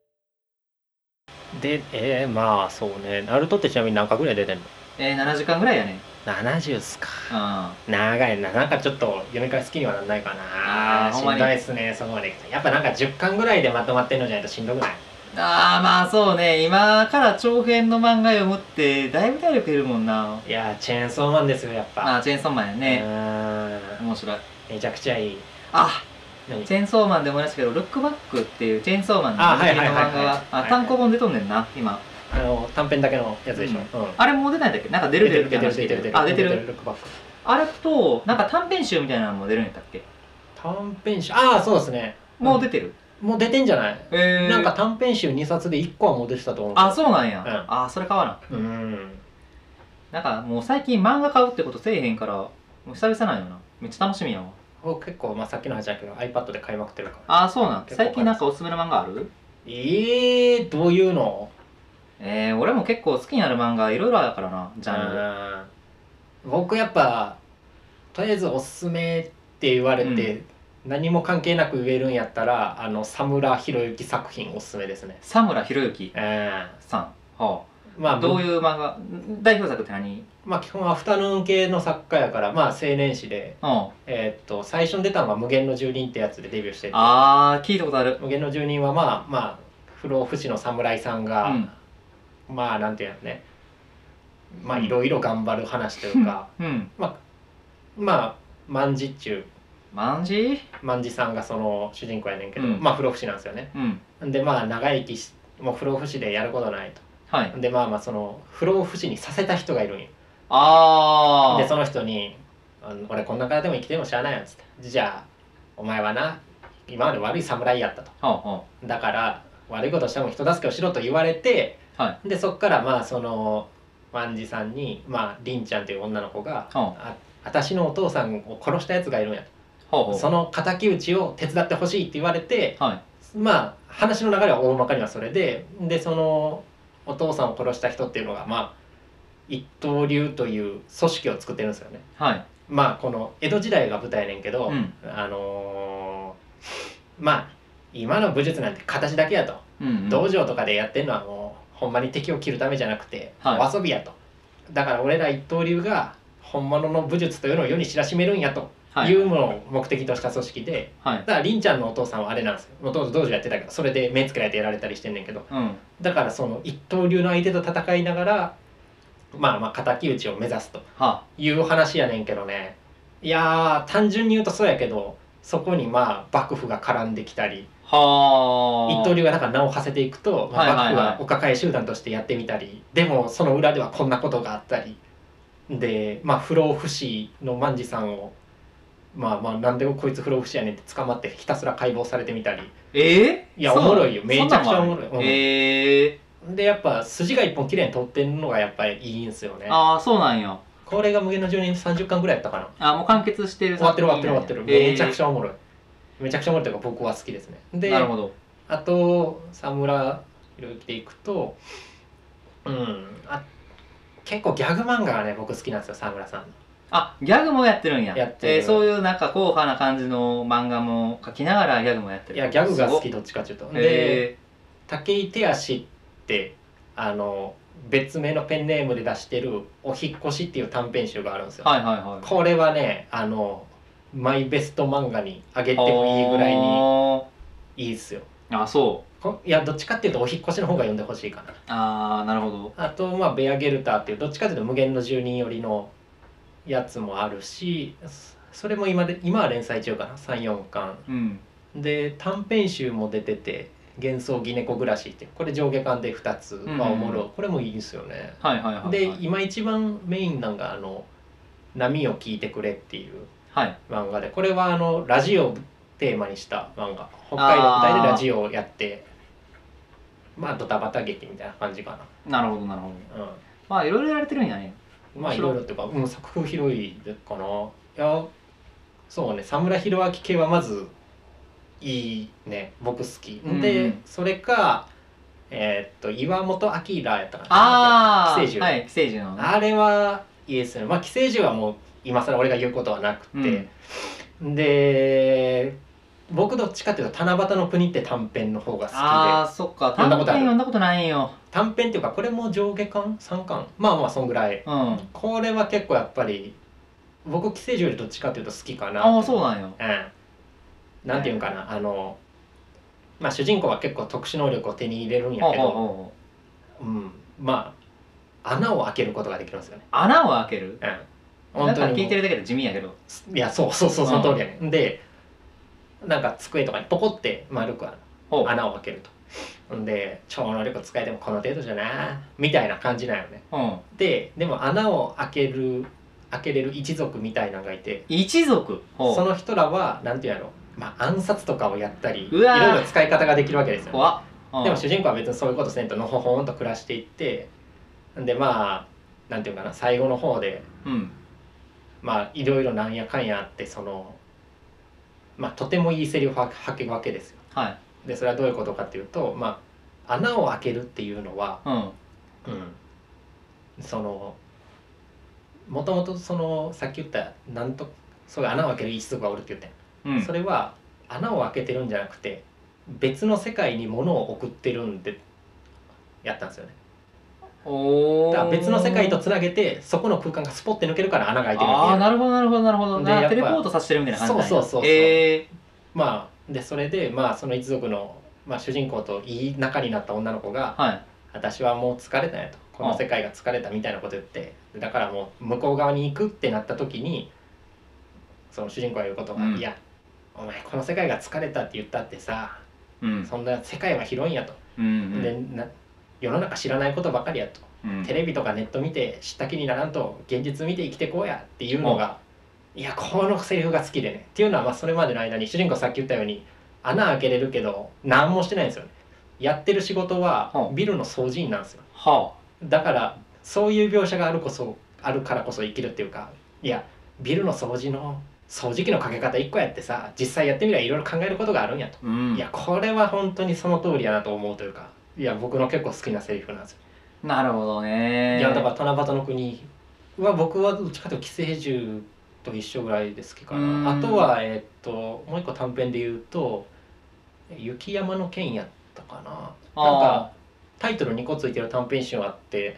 で、まあそうね。ナルトってちなみに何回ぐらい出てんの 7時間ぐらいやね。 ？70っすか。 うん。 長いな。なんかちょっと読み返す気にはなんないかな。しんどいっすね、そこまでいくと。やっぱなんか10巻ぐらいでまとまってんのじゃないとしんどくない？ まあそうね。今から長編の漫画読むってだいぶ体力いるもんな。 いやチェーンソーマンですよ、やっぱ。 チェーンソーマンやね。面白い。 めちゃくちゃいい。 チェーンソーマンで思い出したけど、ルックバックっていうチェーンソーマンの漫画が単行本出とんねんな、今。 短編だけのやつでしょ。 あれもう出ないんだっけ？なんか出るみたいな話聞いてる。出てる。 ルックバック。 あれと、なんか短編集みたいなのも出るんやったっけ？ 短編集、そうですね。 もう出てる？ もう出てんじゃない？なんか短編集2冊で1個はもう出てたと思う。 そうなんや。それ買わな。なんかもう最近漫画買うってことせえへんから、もう久々なんよな。めっちゃ楽しみやわ。 結構、さっきの話だけど iPad で買いまくってるから。 そうなん。最近なんかおすすめの漫画ある？ どういうの？ 俺も結構好きになる漫画いろいろあるからな、ジャンル。僕やっぱとりあえずおすすめって言われて、何も関係なく言えるんやったら佐村弘之作品おすすめですね。 佐村弘之さん。どういう漫画？代表作って何？ 基本アフタヌーン系の作家やから、青年誌で、最初に出たのが無限の住人ってやつでデビューしてて、 聞いたことある。 無限の住人は不老不死の侍さんが、なんていうのね、いろいろ頑張る話というか、万事っちゅう万事さんがその主人公やねんけど、不老不死なんですよね。で長生きしもう不老不死でやることないと。でその不老不死にさせた人がいるんよ。でその人に「俺こんな体でも生きてもしゃあないよ」っつって「じゃあお前はな今まで悪い侍やったと、だから悪いことしても人助けをしろ」と言われて、でそっからその万事さんに凛ちゃんという女の子が「私のお父さんを殺したやつがいるんや」と。その敵討ちを手伝ってほしいって言われて、話の流れは大まかにはそれで、そのお父さんを殺した人っていうのが一刀流という組織を作ってるんですよね。この江戸時代が舞台やねんけど、今の武術なんて形だけやと、道場とかでやってるのはもうほんまに敵を切るためじゃなくて、お遊びやと。だから俺ら一刀流が本物の武術というのを世に知らしめるんやというものを目的とした組織で、だから凛ちゃんのお父さんはあれなんですよ。もともと道場やってたけど、それで目つけられてやられたりしてんねんけど、だからその一刀流の相手と戦いながら敵討ちを目指すという話やねんけどね。いや単純に言うとそうやけど、そこに幕府が絡んできたり、一刀流がなんか名を馳せていくと、幕府がお抱え集団としてやってみたり、でもその裏ではこんなことがあったりで、不老不死の万事さんをなんでこいつ不老不死やねんって捕まってひたすら解剖されてみたり。いやおもろいよ、めちゃくちゃおもろい。でやっぱ筋が一本きれいに通ってるのがやっぱりいいんすよね。 そうなんや。 これが無限の住人30巻ぐらいやったかな。 もう完結してる。 終わってる。めちゃくちゃおもろい。めちゃくちゃおもろいというか僕は好きですね。でなるほど。 あと佐村弘之でいくと、結構ギャグ漫画がね僕好きなんですよ、佐村さんの。 ギャグもやってるんや。 やってる。 そういうなんか硬派な感じの漫画も描きながらギャグもやってる。 いやギャグが好き、どっちかっていうと。で武井手足って別名のペンネームで出してる「お引っ越し」っていう短編集があるんですよ。これはねマイベスト漫画にあげてもいいぐらいにいいっすよ。いやどっちかっていうとお引っ越しの方が読んでほしいかな。 なるほど。 あとベアゲルターっていうどっちかっていうと無限の住人寄りのやつもあるし、それも今は連載中かな、34巻、で短編集も出てて「幻想ギネコ暮らし」ってこれ上下巻で2つおもろ、これもいいんすよね。で今一番メインなんが「波を聞いてくれ」っていう漫画で、これはラジオをテーマにした漫画。北海道舞台でラジオをやってドタバタ劇みたいな感じかな。なるほど。いろいろやられてるんやね。 いろいろっていうか、作風広いかな。いやそうね、佐村弘明系はまずいいね、僕好き、 うんでそれか岩本明やったかな、 ああ寄生獣、 はい寄生獣のねあれはいいですね。まあ寄生獣はもう今更俺が言うことはなくて、で僕どっちかっていうと七夕の国って短編の方が好きで、 ああそっか短編読んだことないんよ。 短編っていうかこれも上下巻3巻まあまあそんぐらい、これは結構やっぱり僕寄生獣よりどっちかっていうと好きかな。 ああそうなんよ。 なんていうんかな、まあ主人公は結構特殊能力を手に入れるんやけど、まあ穴を開けることができるんですよね。 穴を開ける？ 本当に聞いてるだけで地味やけど。 いやそうその通りやね。でなんか机とかにポコって丸く穴を開けると。んで超能力使えてもこの程度じゃなみたいな感じなんよね。でも穴を開けれる一族みたいなのがいて、 一族？ その人らはなんていうやろ、まあ暗殺とかをやったりいろいろ使い方ができるわけですよ、ね。でも主人公は別にそういうことせんとのほほんと暮らしていって、でまあなんていうかな、最後の方で、まあいろいろなんやかんやあってまあとてもいいセリフを吐くわけですよ。でそれはどういうことかっていうと、まあ穴を開けるっていうのは、もともとさっき言ったそういう穴を開ける一族がおるって言った、それは穴を開けてるんじゃなくて別の世界に物を送ってるんでやったんですよね。だから別の世界とつなげてそこの空間がスポッて抜けるから穴が開いてるんで。 ああなるほどなるほどなるほど。テレポートさせてるみたいな感じなんや。 そうまあでそれでまあその一族の、まあ、主人公といい仲になった女の子が、私はもう疲れたんやと、この世界が疲れたみたいなこと言って、だからもう向こう側に行くってなった時にその主人公が言うことが、いやお前この世界が疲れたって言ったってさ、そんな世界は広いんやと、で世の中知らないことばかりやと、テレビとかネット見て知った気にならんと現実見て生きてこうやっていうのが、いやこのセリフが好きでね。っていうのはまあそれまでの間に主人公さっき言ったように穴開けれるけど何もしてないんですよね。やってる仕事はビルの掃除員なんですよ。だからそういう描写があるからこそ生きるっていうか、いやビルの掃除機のかけ方1個やってさ、実際やってみればいろいろ考えることがあるんやと、いやこれは本当にその通りやなと思うというか、いや僕の結構好きなセリフなんですよ。 なるほどね。 いやだから七夕の国は僕はどっちかというと寄生獣と一緒ぐらいで好きかな。あとはもう一個短編で言うと雪山の剣やったかな。なんかタイトル2個ついてる短編集あって、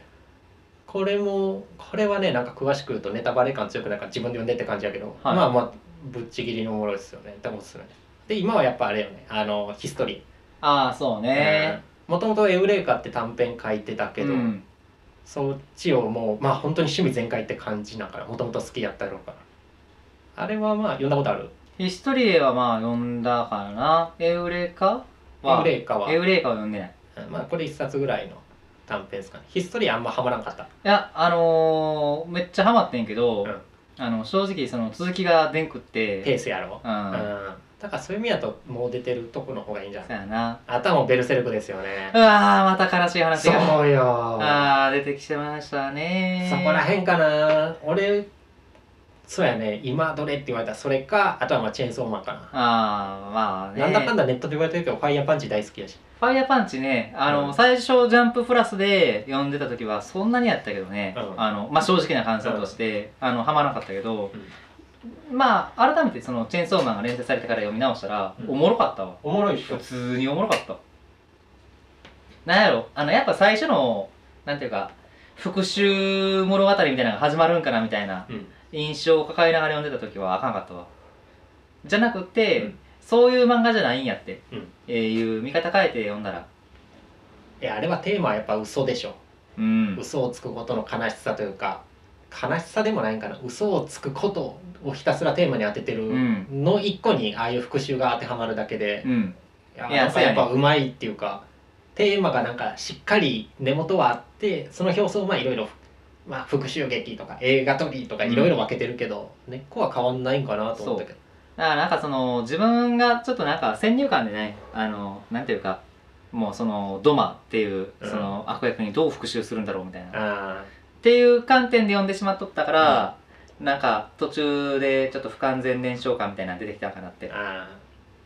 これはねなんか詳しく言うとネタバレ感強くないから自分で読んでって感じやけど、まあまあぶっちぎりのおもろいですよね。多分おすすめで、今はやっぱあれよね、ヒストリー。そうね。 もともとエウレーカって短編書いてたけど、そっちをもうまあ本当に趣味全開って感じだから、もともと好きやったやろうから。あれはまあ読んだことある？ ヒストリエはまあ読んだかな。エウレカは読んでない。 まあこれ1冊ぐらいの短編ですかね。ヒストリエあんまハマらんかった？いやめっちゃハマってんけど、正直その続きが出んくってペースやろ。だからそういう意味だともう出てるとこの方がいいんじゃない？ そうやな。 あとはもうベルセルクですよね。 うわまた悲しい話が。 そうよ。 出てきてましたね。 そこらへんかな。俺そうやね、今どれって言われたらそれか、あとはまあチェーンソーマンかな。 まあね。 なんだかんだネットで言われてるけどファイヤーパンチ大好きやし。 ファイヤーパンチね、最初ジャンププラスで読んでた時はそんなにやったけどね、まあ正直な感想として、ハマらなかったけど、まあ改めてそのチェーンソーマンが連載されてから読み直したら、おもろかったわ。 おもろいっしょ。 普通におもろかった。なんやろ、やっぱ最初のなんていうか復讐物語みたいなのが始まるんかなみたいな印象を抱えながら読んでた時はあかんかったわ。じゃなくて、そういう漫画じゃないんやって、いう見方変えて読んだら。 あれはテーマはやっぱ嘘でしょ。嘘をつくことの悲しさというか、悲しさでもないんかな、嘘をつくことをひたすらテーマに当ててるの一個にああいう復讐が当てはまるだけで、やっぱうまいっていうか、テーマがなんかしっかり根元はあって、その表層はいろいろ復讐劇とか映画撮りとかいろいろ分けてるけど、根っこは変わんないんかなと思ったけど。 だからなんかその自分がちょっとなんか先入観でね、なんていうかもうそのドマっていうその悪役にどう復讐するんだろうみたいなっていう観点で読んでしまっとったから、なんか途中でちょっと不完全燃焼感みたいなの出てきたかなって。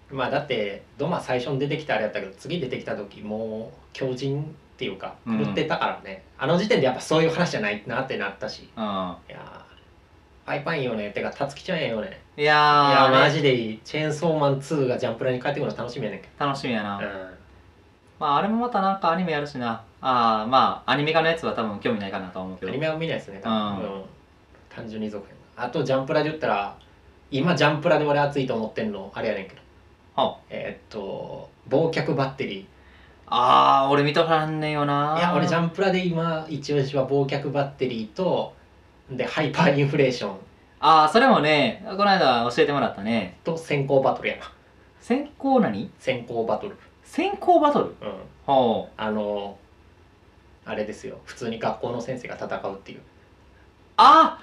まあだってドマ最初に出てきたあれやったけど、次出てきた時もう強靭っていうか狂ってたからね、あの時点でやっぱそういう話じゃないなってなったし、いやパイパンいいよね。てかたつきちゃんええよね。 いやマジでいい。チェーンソーマン2がジャンプラに帰ってくるの楽しみやねんけど。楽しみやな。まああれもまたなんかアニメやるしな。まあアニメ化のやつは多分興味ないかなと思うけど。 アニメは見ないですね多分。単純に続編。あとジャンプラで言ったら、今ジャンプラで俺熱いと思ってんのあれやねんけど、忘却バッテリー。俺見とらんねんよな。 いや俺ジャンプラで今一押しは忘却バッテリーとでハイパーインフレーション。 それもねこの間教えてもらったね。 と先行バトルやな。 先行何？ 先行バトル。 先行バトル？ あれですよ、普通に学校の先生が戦うっていう。 わ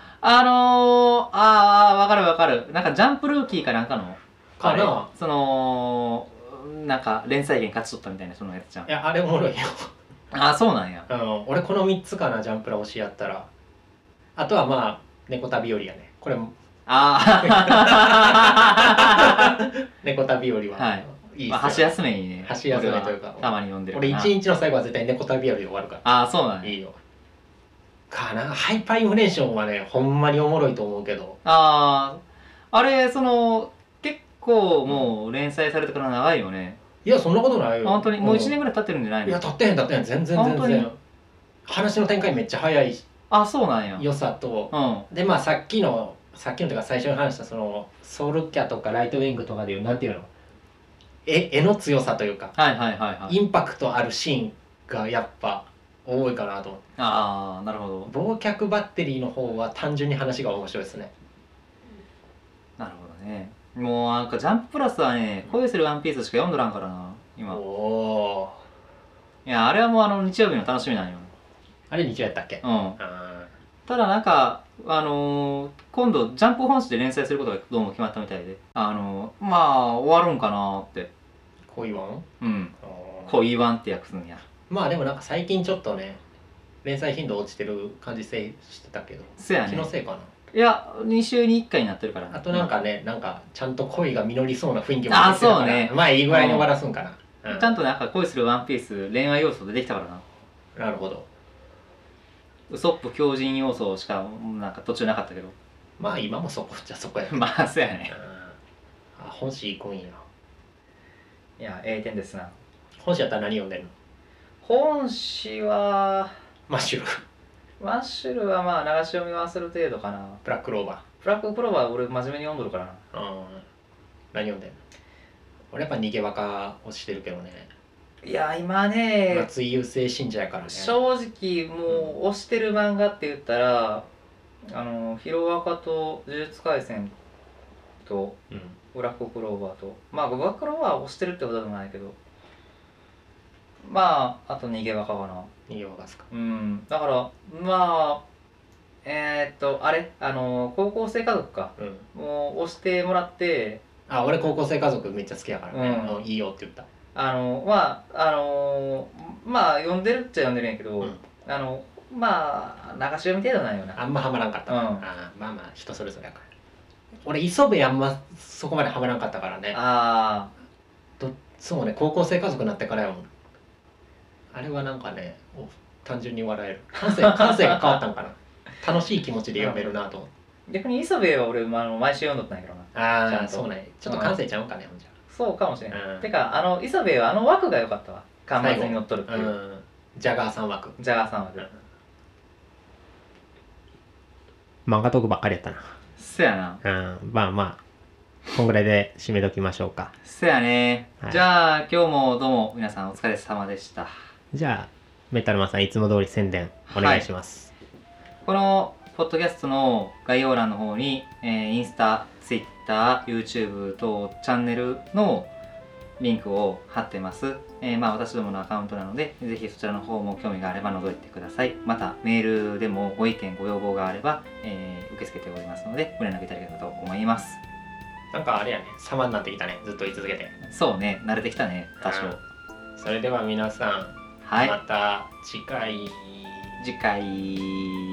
かる。なんかジャンプルーキーかなんかのかな、 そのなんか連載権勝ち取ったみたいなそのやつじゃん。 いやあれおもろいよ。 そうなんや。 俺この3つかな、ジャンプラ推しやったら。あとはまあ猫旅よりやね。これも猫旅よりはいいっすよ。 箸休めにね。 箸休めというかたまに読んでる。 俺一日の最後は絶対猫旅よりで終わるから。 そうなんや。 いいよ。かな。ハイパーインフレーションはねほんまにおもろいと思うけど。 あれ結構もう連載されてから長いよね。 いやそんなことないよ。 本当にもう1年ぐらい経ってるんじゃないの？ いや経ってへん全然。話の展開めっちゃ早いし。 そうなんや。 良さと、でまあさっきのというか最初に話したそのソウルキャとかライトウィングとかでいうなんていうの、絵の強さというか、インパクトあるシーンがやっぱ多いかなと思って。 なるほど。 忘却バッテリーの方は単純に話が面白いですね。 なるほどね。もうなんかジャンププラスはね、恋するワンピースしか読んどらんからな今。いやあれはもう日曜日の楽しみなんよ。 あれ日曜やったっけ？ ただなんか今度ジャンプ本誌で連載することがどうも決まったみたいで、まあ終わるんかなって。 恋ワン？ 恋ワンって訳すんや。 まあでもなんか最近ちょっとね連載頻度落ちてる感じしてたけど、 そうやね。 気のせいかな。 いや2週に1回になってるから。 あとなんかね、なんかちゃんと恋が実りそうな雰囲気も出てるから、 そうね。 まあいいぐらいに終わらすんかな。 ちゃんとなんか恋するワンピース恋愛要素出てきたからな。 なるほど。 ウソップ強靭要素しかなんか途中なかったけど、 まあ今もそこじゃそこや。 まあそうやね。 本誌行くんや。 いや栄点ですな。 本誌やったら何読んでんの？ 本誌はマッシュル。 マッシュルはまあ流し読みはする程度かな。 ブラッククローバー。 ブラッククローバー俺真面目に読んどるからな。 何読んでんの？俺やっぱ逃げ若をしてるけどね。 いや今ね松井優生信者やからね。 正直もう推してる漫画って言ったらヒロアカと呪術廻戦とブラッククローバーと、まあブラッククローバーは推してるってことでもないけど、まああと逃げ若かな。 逃げ若っすか。 だからまああれ高校生家族か、もう推してもらって。 俺高校生家族めっちゃ好きやからね。いいよって言った。 まあ読んでるっちゃ読んでるんやけど、まあ流し読み程度なんよな。 あんまハマらんかった。まあ人それぞれやから。俺磯部あんまそこまでハマらんかったからね。そうね、高校生家族になってからやもん。あれはなんかね単純に笑える。感性が変わったんかな。楽しい気持ちで読めるなと思って。逆に磯部は俺毎週読んどったんやけどな。そうね。ちょっと感性ちゃうんかね、ほんじゃ。 そうかもしれない。てか磯部は枠が良かったわ。巻末に載っとるっていう。 ジャガーさん枠。 漫画トークばっかりやったな。 そやな。 まあこんぐらいで締めときましょうか。 そやね。じゃあ今日もどうも皆さんお疲れ様でした。 じゃあメタルマンさんいつも通り宣伝お願いします。 このポッドキャストの概要欄の方に、インスタ、ツイッター、YouTube 等チャンネルのリンクを貼ってます。私どものアカウントなので、ぜひそちらの方も興味があれば覗いてください。またメールでもご意見ご要望があれば、受け付けておりますのでご連絡いただければと思います。 なんかあれやね、様になってきたね、ずっと言い続けて。 そうね、慣れてきたね、多少。 それでは皆さん、また次回。